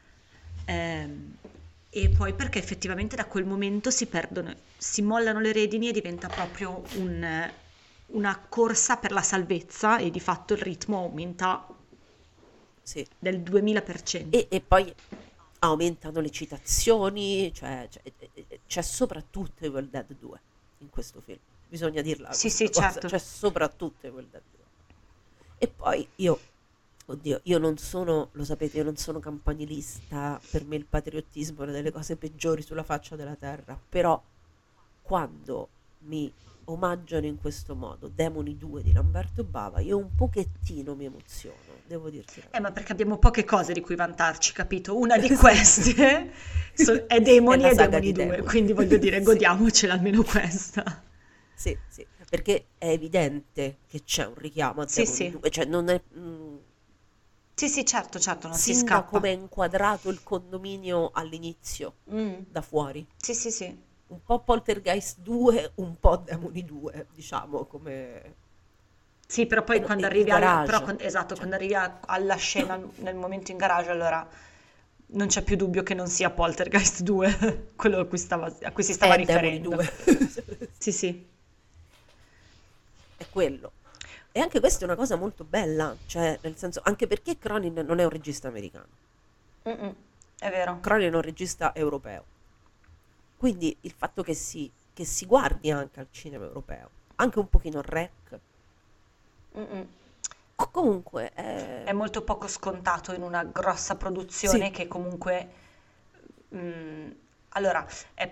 E poi perché effettivamente da quel momento si mollano le redini e diventa proprio una corsa per la salvezza e di fatto il ritmo aumenta Sì. del 2000%. E poi aumentano le citazioni, cioè c'è soprattutto Evil Dead 2 in questo film, bisogna dirla Sì, questa sì, cosa, certo. c'è soprattutto Evil Dead 2. E poi io non sono, lo sapete, io non sono campanilista, per me il patriottismo è una delle cose peggiori sulla faccia della terra, però quando mi omaggiano in questo modo Demoni 2 di Lamberto Bava, io un pochettino mi emoziono, devo dirti la Ma perché abbiamo poche cose di cui vantarci, capito? Una di queste è Demoni È la e saga Demoni di 2, Demoni. quindi voglio dire, Sì. godiamocela almeno questa. Sì, perché è evidente che c'è un richiamo a Sì, Demoni sì. 2, cioè non è Sì, certo, non si sin da scappa. come è inquadrato il condominio all'inizio, da fuori. Sì. Un po' Poltergeist 2, un po' Demoni 2, diciamo, come... Sì, però poi quando il arrivi garage. esatto, Cioè, quando arrivi alla scena nel momento in garage, allora non c'è più dubbio che non sia Poltergeist 2, quello a cui si stava è Demoni riferendo. 2. Sì. È quello. E anche questa è una cosa molto bella, cioè, nel senso, anche perché Cronin non è un regista americano, È vero. Cronin è un regista europeo. Quindi il fatto che si guardi anche al cinema europeo, anche un pochino rec, comunque È molto poco scontato in una grossa produzione sì, che comunque allora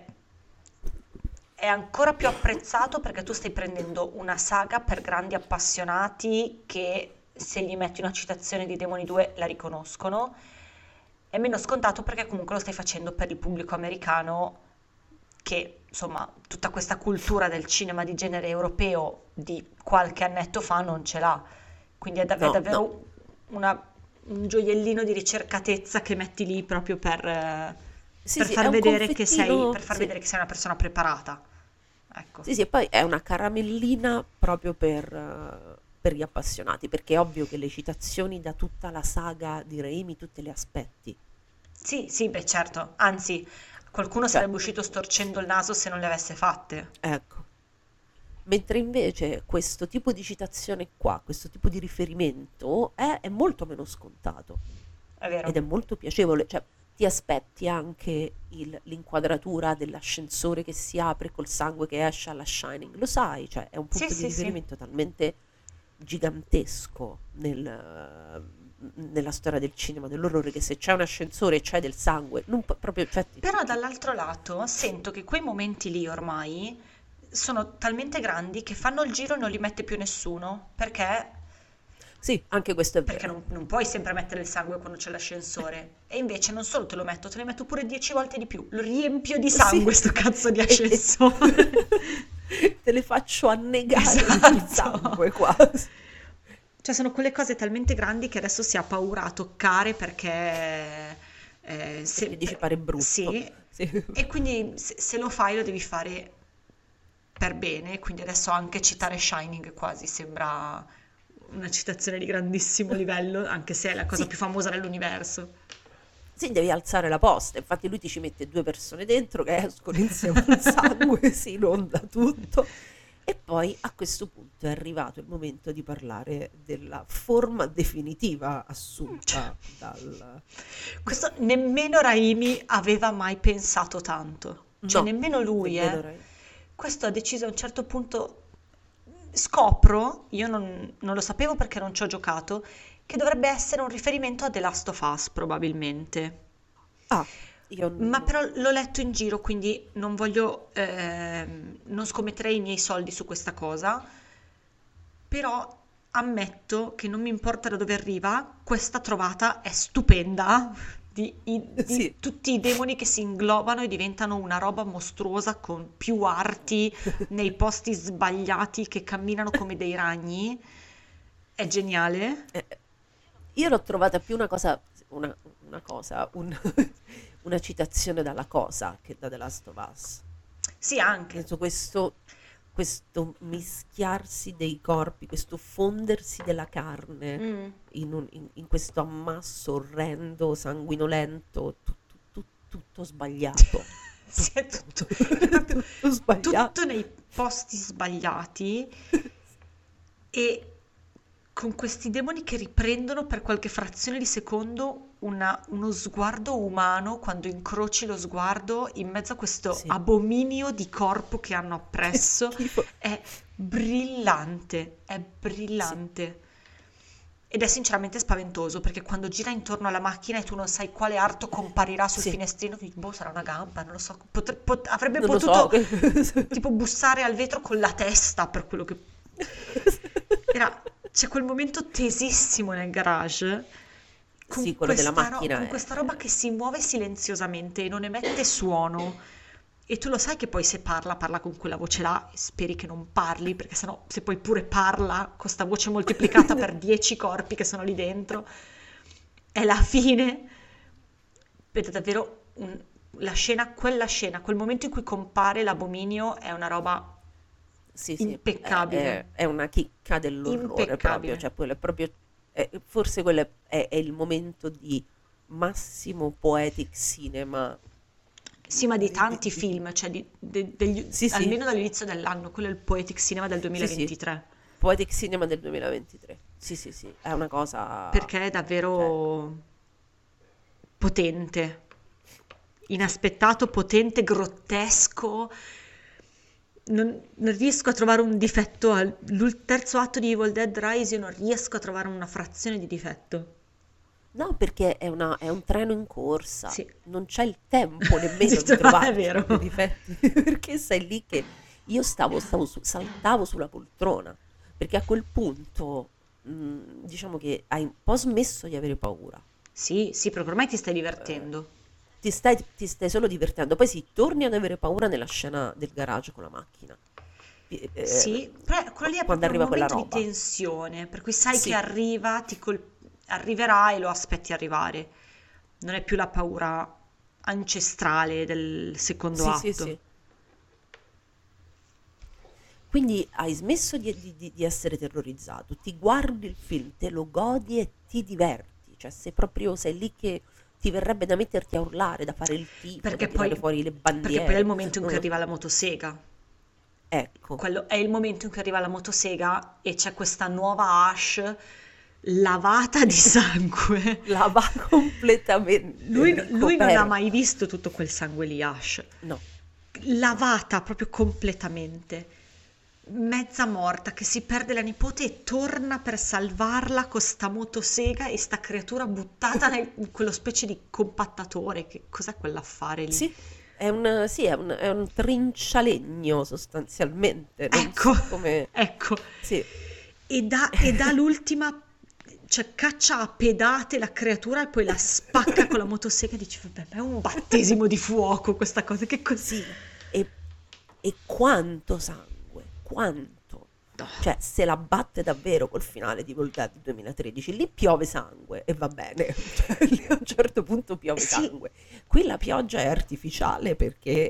è ancora più apprezzato perché tu stai prendendo una saga per grandi appassionati che se gli metti una citazione di Demoni 2 la riconoscono. È meno scontato perché comunque lo stai facendo per il pubblico americano che, insomma, tutta questa cultura del cinema di genere europeo di qualche annetto fa non ce l'ha. Quindi è no, davvero un gioiellino di ricercatezza che metti lì proprio sì, per sì, far è un vedere che confettino, per far sì. vedere che sei una persona preparata. Ecco. Sì, e poi è una caramellina proprio per gli appassionati, perché è ovvio che le citazioni da tutta la saga di Raimi tu te le aspetti. Sì, beh, certo. Anzi, qualcuno Cioè, sarebbe uscito storcendo il naso se non le avesse fatte. ecco. Mentre invece questo tipo di citazione qua, questo tipo di riferimento è molto meno scontato È vero. ed è molto piacevole. Cioè, ti aspetti anche l'inquadratura dell'ascensore che si apre col sangue che esce alla Shining, lo sai, cioè è un Sì, punto di sì. riferimento talmente gigantesco nella storia del cinema, dell'orrore, che se c'è un ascensore e c'è del sangue, non proprio, cioè, Però dall'altro lato sento che quei momenti lì ormai sono talmente grandi che fanno il giro e non li mette più nessuno. sì, anche questo è Perché vero. non puoi sempre mettere il sangue quando c'è l'ascensore. E invece non solo te ne metto pure 10 volte di più. Lo riempio di sangue Sì. sto cazzo di E ascensore. te le faccio annegare il Esatto. sangue quasi. Cioè sono quelle cose talmente grandi che adesso si ha paura a toccare perché Perché dici pare brutto. sì, Sì. e quindi se lo fai lo devi fare per bene, quindi adesso anche citare Shining quasi sembra una citazione di grandissimo livello, anche se è la cosa Sì. più famosa dell'universo. Sì, devi alzare la posta, infatti lui ti ci mette 2 persone dentro che escono insieme al sangue, si inonda tutto. E poi a questo punto è arrivato il momento di parlare della forma definitiva assunta dal... Questo nemmeno Raimi aveva mai pensato tanto, cioè No, nemmeno lui, nemmeno Raimi. Questo ha deciso a un certo punto, scopro, io non lo sapevo perché non ci ho giocato, che dovrebbe essere un riferimento a The Last of Us, probabilmente. Ah, io Ma però l'ho letto in giro, quindi non voglio, non scommetterei i miei soldi su questa cosa, però ammetto che non mi importa da dove arriva, questa trovata è stupenda, di sì, tutti i demoni che si inglobano e diventano una roba mostruosa con più arti nei posti sbagliati che camminano come dei ragni, è geniale. io l'ho trovata più una cosa, una citazione dalla cosa che da The Last of Us. Sì, Nel anche. senso, questo mischiarsi dei corpi, questo fondersi della carne Mm. in questo ammasso orrendo, sanguinolento, tutto sbagliato. Sì, è tutto, Tutto sbagliato. tutto nei posti sbagliati e con questi demoni che riprendono per qualche frazione di secondo uno sguardo umano, quando incroci lo sguardo in mezzo a questo Sì. abominio di corpo che hanno Che appresso, schifo. è brillante, è Sì. brillante. Ed è sinceramente spaventoso perché quando gira intorno alla macchina e tu non sai quale arto comparirà sul Sì. finestrino, dici, boh, sarà una gamba, non lo so, avrebbe Non lo so. potuto tipo bussare al vetro con la testa per quello che c'è quel momento tesissimo nel garage Sì, quello della macchina con è- questa roba che si muove silenziosamente e non emette suono. E tu lo sai che poi se parla con quella voce là e speri che non parli, perché sennò se poi pure parla con sta voce moltiplicata per 10 corpi che sono lì dentro, è la fine. Ed è davvero quella scena, quel momento in cui compare l'abominio è una roba Sì, sì, impeccabile. è una chicca dell'orrore Impeccabile. proprio, cioè quello è proprio, forse quello è il momento di massimo poetic cinema. Sì, ma di di- tanti di- film, cioè Sì, sì. almeno dall'inizio dell'anno, quello è il Poetic Cinema del Sì, sì, 2023, poetic cinema del 2023. Sì, sì, sì, è una cosa, perché è cioè, davvero potente, inaspettato, potente, grottesco. Non riesco a trovare un difetto al terzo atto di Evil Dead Rise, io non riesco a trovare una frazione di difetto. no, perché è un treno in corsa, Sì. non c'è il tempo nemmeno Sì, di è trovare vero. dei difetti, perché sei lì che io saltavo sulla poltrona, perché a quel punto, diciamo che hai un po' smesso di avere paura. Sì, sì, però ormai ti stai divertendo. Ti stai solo divertendo, poi sì, torni ad avere paura nella scena del garage con la macchina. Sì, però quello lì è Quando proprio un arriva quella momento di roba. tensione, per cui sai Sì. che arriva, arriverà e lo aspetti arrivare. Non è più la paura ancestrale del secondo Sì, atto. sì, sì. Quindi hai smesso di essere terrorizzato, ti guardi il film, te lo godi e ti diverti, cioè sei lì che ti verrebbe da metterti a urlare, da fare il tifo, Perché da tirare poi, fuori le perché poi è bandiere. il momento in cui Non lo- arriva la motosega. Ecco, Quello è il momento in cui arriva la motosega e c'è questa nuova Ash lavata di sangue. la va completamente Lui non ha ricoperta. mai visto tutto quel sangue lì, Ash. No, Lavata proprio completamente, mezza morta, che si perde la nipote e torna per salvarla con sta motosega e sta creatura buttata in quello specie di compattatore. Che cos'è quell'affare lì? sì, è un trincialegno sostanzialmente, non Ecco, so come... ecco. Sì, E dà l'ultima, cioè caccia a pedate la creatura e poi la spacca con la motosega e dici, vabbè, ma è un battesimo di fuoco questa cosa, che così? sì, e quanto sangue, quanto. Cioè, se la batte davvero col finale di Evil Dead 2013, lì piove sangue e va bene, cioè, lì a un certo punto piove Sì. sangue. Qui la pioggia è artificiale perché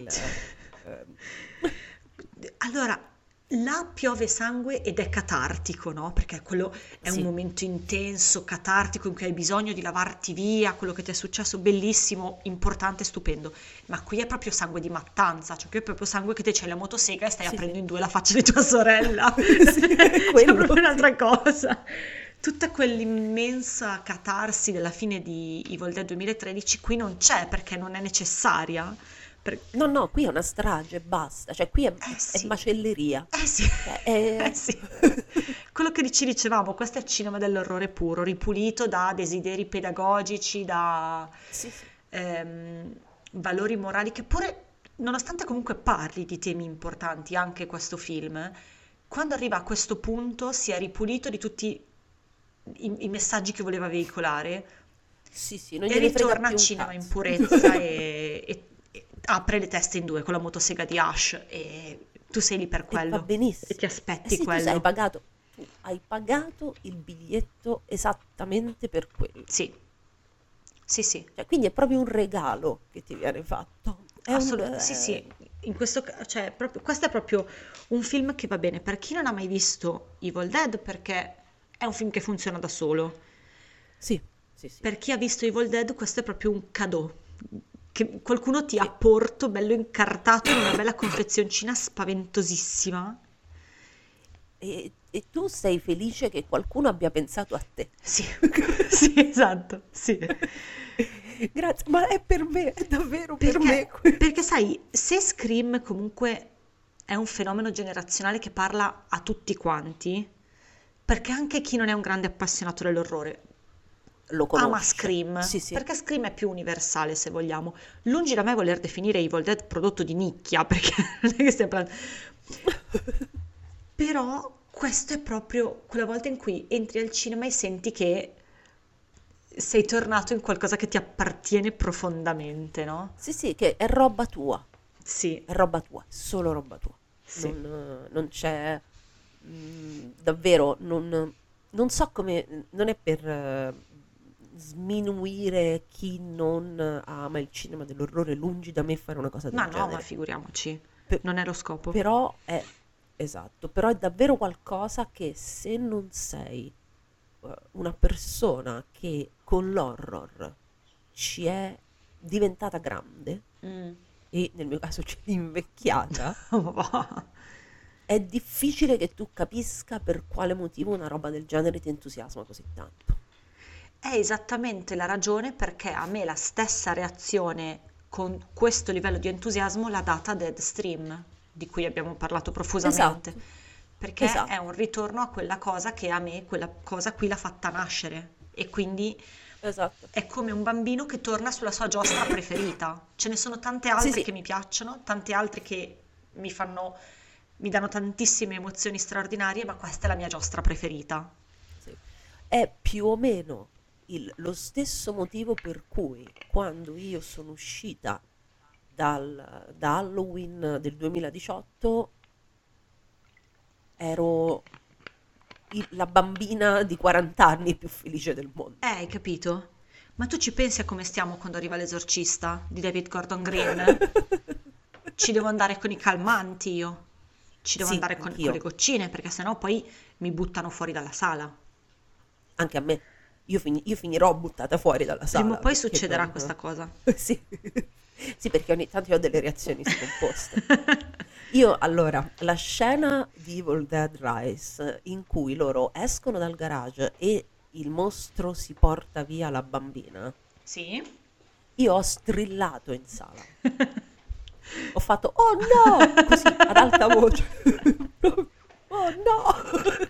Allora, là piove sangue ed è catartico, no? Perché quello è un sì, momento intenso, catartico, in cui hai bisogno di lavarti via quello che ti è successo, bellissimo, importante, stupendo. Ma qui è proprio sangue di mattanza, cioè qui è proprio sangue che te c'hai la motosega e stai sì, aprendo sì. in due la faccia di tua sorella. Sì, È quello, proprio sì. un'altra cosa. Tutta quell'immensa catarsi della fine di Evil Dead 2013 qui non c'è perché non è necessaria, No, qui è una strage, basta. Cioè, qui è sì. macelleria. Sì, Cioè, è... sì. Quello che ci dicevamo, questo è il cinema dell'orrore puro, ripulito da desideri pedagogici, da Sì, sì. valori morali, che pure, nonostante comunque parli di temi importanti, anche questo film, quando arriva a questo punto si è ripulito di tutti i messaggi che voleva veicolare Sì, sì, non e gliene frega ritorna più al un cinema in cazzo. purezza e apre le teste in due con la motosega di Ash e tu sei lì per E va quello benissimo. e ti Eh aspetti sì, tu quello. hai pagato il biglietto esattamente per quello. Sì, sì, sì. Cioè, quindi è proprio un regalo che ti viene fatto. È Sì, sì, in cioè, questo è proprio un film che va bene per chi non ha mai visto Evil Dead perché è un film che funziona da solo. Sì, sì, sì. Per chi ha visto Evil Dead questo è proprio un cadeau che qualcuno ti ha porto bello incartato in una bella confezioncina spaventosissima. E tu sei felice che qualcuno abbia pensato a te. Sì, sì, esatto, sì. Grazie, ma è per me, è davvero per me. Perché sai, se Scream comunque è un fenomeno generazionale che parla a tutti quanti, perché anche chi non è un grande appassionato dell'orrore Lo conosce. ama Scream, Sì, sì. perché Scream è più universale se vogliamo. Lungi da me voler definire Evil Dead prodotto di nicchia, perché non è che stiamo parlando... Però questo è proprio quella volta in cui entri al cinema e senti che sei tornato in qualcosa che ti appartiene profondamente, no? Sì, sì, che è roba tua. Sì, È roba tua, è solo roba tua. sì. Non c'è davvero, non so come, non è per sminuire chi non ama il cinema dell'orrore, lungi da me fare una cosa del Ma no, genere. ma figuriamoci, Pe- non è lo scopo. Però è esatto, però è davvero qualcosa che se non sei una persona che con l'horror ci è diventata grande Mm. e nel mio caso ci è invecchiata, Oh, è difficile che tu capisca per quale motivo una roba del genere ti entusiasma così tanto. È esattamente la ragione perché a me la stessa reazione con questo livello di entusiasmo l'ha data Deadstream, di cui abbiamo parlato profusamente, Esatto, perché esatto. è un ritorno a quella cosa che a me quella cosa qui l'ha fatta nascere e quindi Esatto. è come un bambino che torna sulla sua giostra preferita. Ce ne sono tante altre Sì, sì. che mi piacciono, tante altre che mi danno tantissime emozioni straordinarie, ma questa è la mia giostra preferita. Sì. È più o meno lo stesso motivo per cui quando io sono uscita da Halloween del 2018 ero la bambina di 40 anni più felice del mondo. Hai capito? Ma tu ci pensi a come stiamo quando arriva l'esorcista di David Gordon Green? Ci devo andare con i calmanti io. Ci devo Sì, andare con anch'io. le goccine perché sennò poi mi buttano fuori dalla sala. Anche a me. Io finirò buttata fuori dalla sala. Prima o poi perché succederà non- questa cosa. Sì. Sì, perché ogni tanto io ho delle reazioni scomposte. Allora, la scena di Evil Dead Rise in cui loro escono dal garage e il mostro si porta via la bambina, Sì? io ho strillato in sala. Ho fatto, oh no! Così, ad alta voce. Oh no!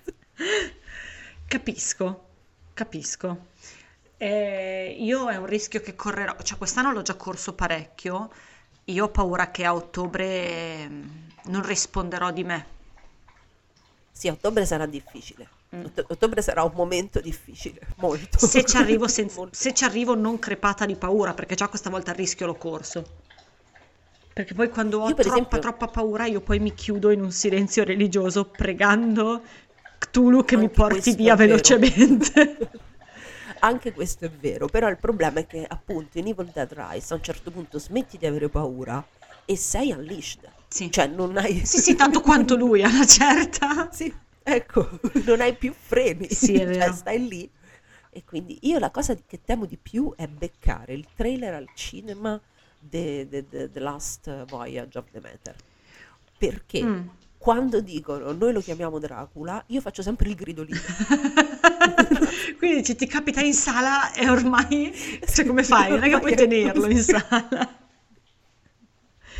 Capisco. Io è un rischio che correrò, cioè quest'anno l'ho già corso parecchio, io ho paura che a ottobre non risponderò di me. Sì, ottobre sarà difficile. Ottobre sarà un momento difficile, molto. Se ci arrivo, Molto. se ci arrivo non crepata di paura, perché già questa volta il rischio l'ho corso. Perché poi quando ho Io, per esempio- troppa paura, io poi mi chiudo in un silenzio religioso pregando Cthulhu che mi Anche porti questo via è vero. velocemente. Anche questo è vero, però il problema è che appunto in Evil Dead Rise a un certo punto smetti di avere paura e sei unleashed. Sì. Cioè non hai... Sì, tanto quanto lui, a una certa. Sì, ecco, non hai più freni. Sì, è Cioè vero. stai lì. E quindi io la cosa che temo di più è beccare il trailer al cinema The Last Voyage of Demeter. Perché quando dicono noi lo chiamiamo Dracula, io faccio sempre il gridolino. Quindi ti capita in sala e ormai, cioè come fai? Non è che puoi Ormai è tenerlo in così. sala.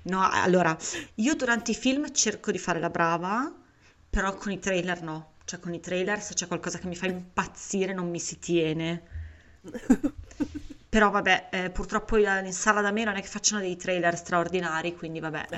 No, allora, io durante i film cerco di fare la brava, però con i trailer no. Cioè con i trailer se c'è qualcosa che mi fa impazzire non mi si tiene. Però vabbè, purtroppo in sala da me non è che facciano dei trailer straordinari, quindi vabbè,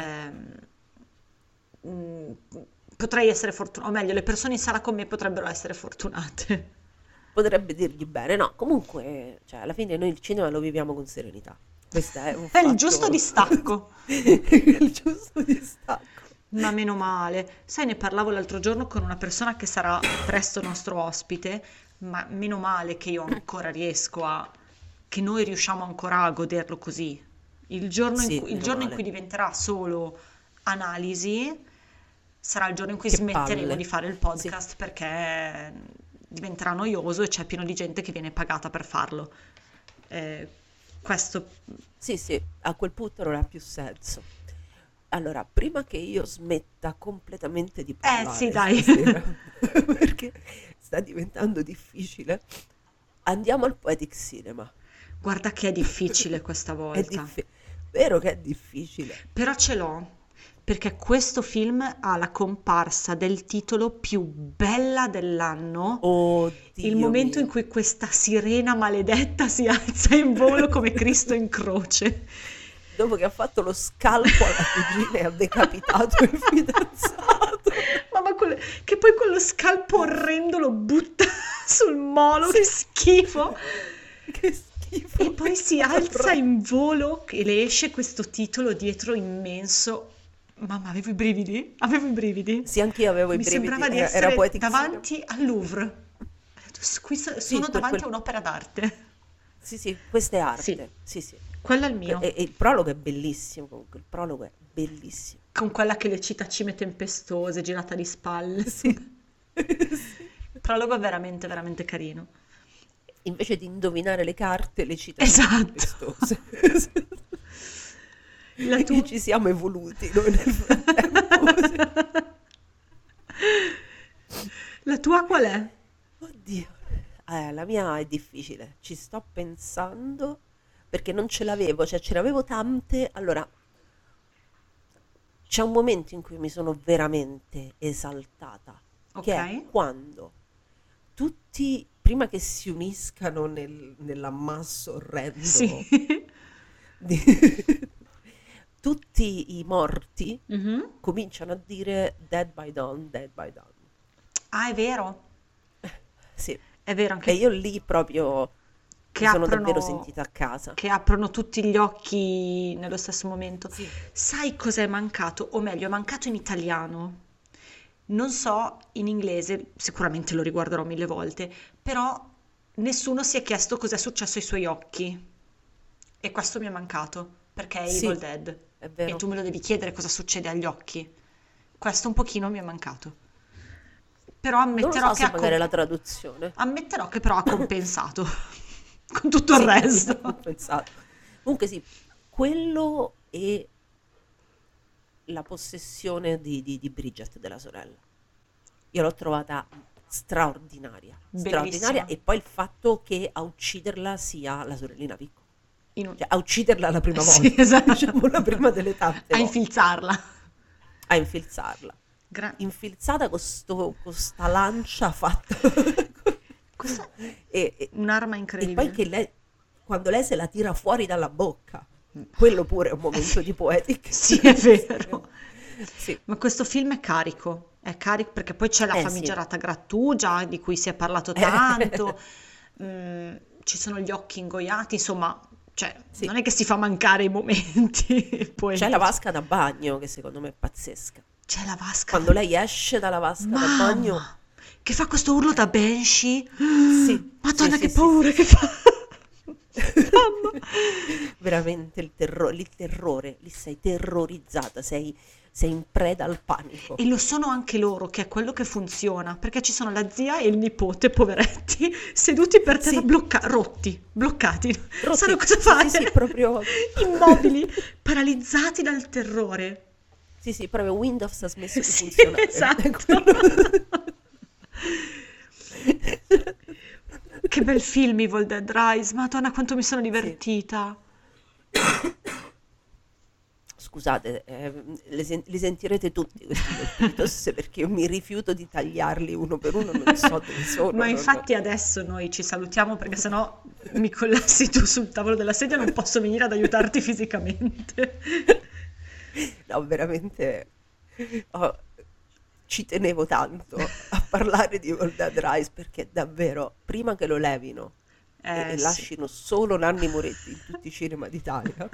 mm, potrei essere fortunata, o meglio, le persone in sala con me potrebbero essere fortunate. Potrebbe dirgli bene, no, comunque, cioè, alla fine noi il cinema lo viviamo con serenità. Questo è un È il fatto... giusto distacco. il giusto distacco. Ma meno male. Sai, ne parlavo l'altro giorno con una persona che sarà presto nostro ospite, ma meno male che io ancora riesco a... che noi riusciamo ancora a goderlo così. Il giorno Sì, il meno giorno in male. cui diventerà solo analisi sarà il giorno in cui Che smetteremo palle. di fare il Sì. podcast perché diventerà noioso e c'è pieno di gente che viene pagata per farlo. Questo Sì, sì, a quel punto non ha più senso. Allora, prima che io smetta completamente di sì, parlare dai. stasera, perché sta diventando difficile, andiamo al Poetic Cinema. Guarda che è difficile questa È volta. vero che è difficile. Però ce l'ho, perché questo film ha la comparsa del titolo più bella dell'anno, il Oddio momento in mio. cui questa sirena maledetta si alza in volo come Cristo in croce. Dopo che ha fatto lo scalpo alla cugina e ha decapitato il fidanzato. Ma che poi quello scalpo orrendo lo butta sul molo, che schifo! Che schifo. E poi si alza in volo e le esce questo titolo dietro immenso. Mamma, avevo i brividi? Avevo i brividi. Sì, anch'io avevo i Mi brividi. sembrava di Era essere Poetic davanti al Louvre. Ho detto, qui sono per davanti quel- a un'opera d'arte. Sì, questa è arte. Sì. Sì, sì. Quello è il mio. E il prologo è bellissimo, comunque. Il prologo è bellissimo. Con quella che le cita cime tempestose, girata di spalle. Sì. Il prologo è veramente, veramente carino. Invece di indovinare le carte, le cita Esatto. tempestose. La tua... Ci siamo evoluti noi nel frattempo. La tua qual è? Oddio. La mia è difficile. Ci sto pensando perché non ce l'avevo, cioè ce ne avevo tante. Allora, c'è un momento in cui mi sono veramente esaltata, che è Ok. quando tutti, prima che si uniscano nell'ammasso orrendo, Sì. di- tutti i morti Mhm. cominciano a dire Dead by Dawn, Dead by Dawn. Ah, è vero. Sì. È vero E anche io lì proprio che mi sono davvero aprono, sentita a casa. che aprono tutti gli occhi nello stesso momento. Sì. Sai cos'è mancato? O meglio, è mancato in italiano. Non so in inglese, sicuramente lo riguarderò 1000 volte, però nessuno si è chiesto cos'è successo ai suoi occhi. E questo mi è mancato, perché è Sì, Evil Dead. è E vero. tu me lo devi chiedere cosa succede agli occhi. Questo un pochino mi è mancato. Però Non lo ammetterò so che se ha magari è la traduzione. ammetterò che però ha compensato con tutto il Sì, resto. ho pensato. Comunque sì, quello e la possessione di Bridget, della sorella. Io l'ho trovata straordinaria, straordinaria, Bellissima. e poi il fatto che a ucciderla sia la sorellina piccola. In un- Cioè, a ucciderla la prima Sì, volta, esatto. diciamo la prima delle tante A volte, infilzarla. a infilzarla. Infilzata con sta lancia fatta Questa è e un'arma poi incredibile. che lei, quando lei se la tira fuori dalla bocca, quello pure è un momento di poetic. Sì, è vero. Sì. Ma questo film è carico perché poi c'è la Sì. famigerata grattugia di cui si è parlato tanto, ci sono gli occhi ingoiati, insomma, cioè, Sì. non è che si fa mancare i momenti poetici. C'è la vasca da bagno che secondo me è pazzesca. C'è la vasca. Quando lei esce dalla vasca da Mamma, bagno, che fa questo urlo da Banshee. sì, Madonna, sì, che sì, paura che fa. Mamma. veramente il terrore, lì sei terrorizzata, sei in preda al panico. E lo sono anche loro, che è quello che funziona, perché ci sono la zia e il nipote, poveretti, seduti per terra, Sì. bloccati. Rotti. Sanno cosa Sì, fare? sì, proprio. Immobili, paralizzati dal terrore. Sì, sì, proprio Windows ha smesso di Sì, funzionare. esatto. Che bel film Evil Dead Rise, Madonna quanto mi sono divertita. scusate, li sentirete tutti questi colpitos perché io mi rifiuto di tagliarli uno per uno, non so dove sono. Ma infatti adesso noi ci salutiamo perché sennò mi collassi tu sul tavolo della sedia e non posso venire ad aiutarti fisicamente. No, veramente ci tenevo tanto a parlare di All Dead Rise perché davvero, prima che lo levino e Sì. lasciano solo Nanni Moretti in tutti i cinema d'Italia,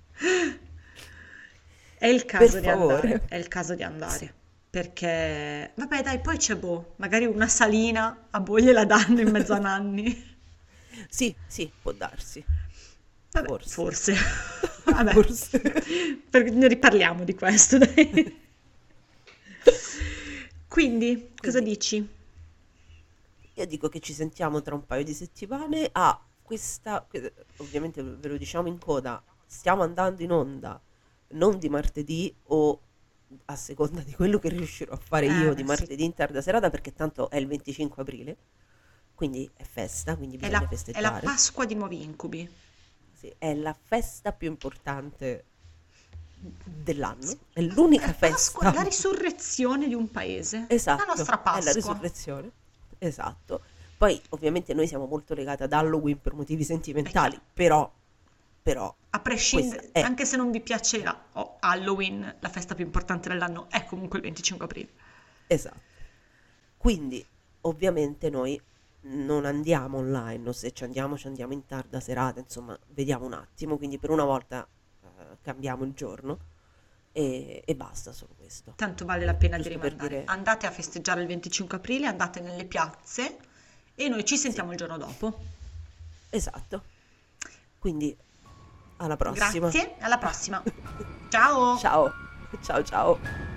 È il caso per di favore. andare, è il caso di andare. Perché, vabbè, dai, poi c'è magari una salina a Boie la danno in mezzo a Nanni. Sì, può darsi. Vabbè, Forse. forse. Vabbè, Forse. ne riparliamo di questo, dai. Quindi, cosa dici? Io dico che ci sentiamo tra un paio di settimane ovviamente ve lo diciamo in coda, stiamo andando in onda non di martedì o a seconda di quello che riuscirò a fare io di Sì. martedì in tarda serata perché tanto è il 25 aprile, quindi è festa, quindi È bisogna la festeggiare. Pasqua di Nuovi Incubi. Sì, è la festa più importante dell'anno, è l'unica Pasqua, festa. la risurrezione di un paese. Esatto, La nostra è la Pasqua. risurrezione. Esatto. Poi ovviamente noi siamo molto legati ad Halloween per motivi sentimentali, però A prescindere, questa è anche se non vi piacerà, Halloween, la festa più importante dell'anno, è comunque il 25 aprile. esatto. Quindi ovviamente noi non andiamo online, o se ci andiamo in tarda serata, insomma, vediamo un attimo, quindi per una volta cambiamo il giorno e basta solo questo. Tanto vale la pena di Giusto per rimandare. dire- Andate a festeggiare il 25 aprile, andate nelle piazze e noi ci sentiamo il giorno dopo. Esatto. Quindi alla prossima. Grazie, alla prossima. Ciao! Ciao.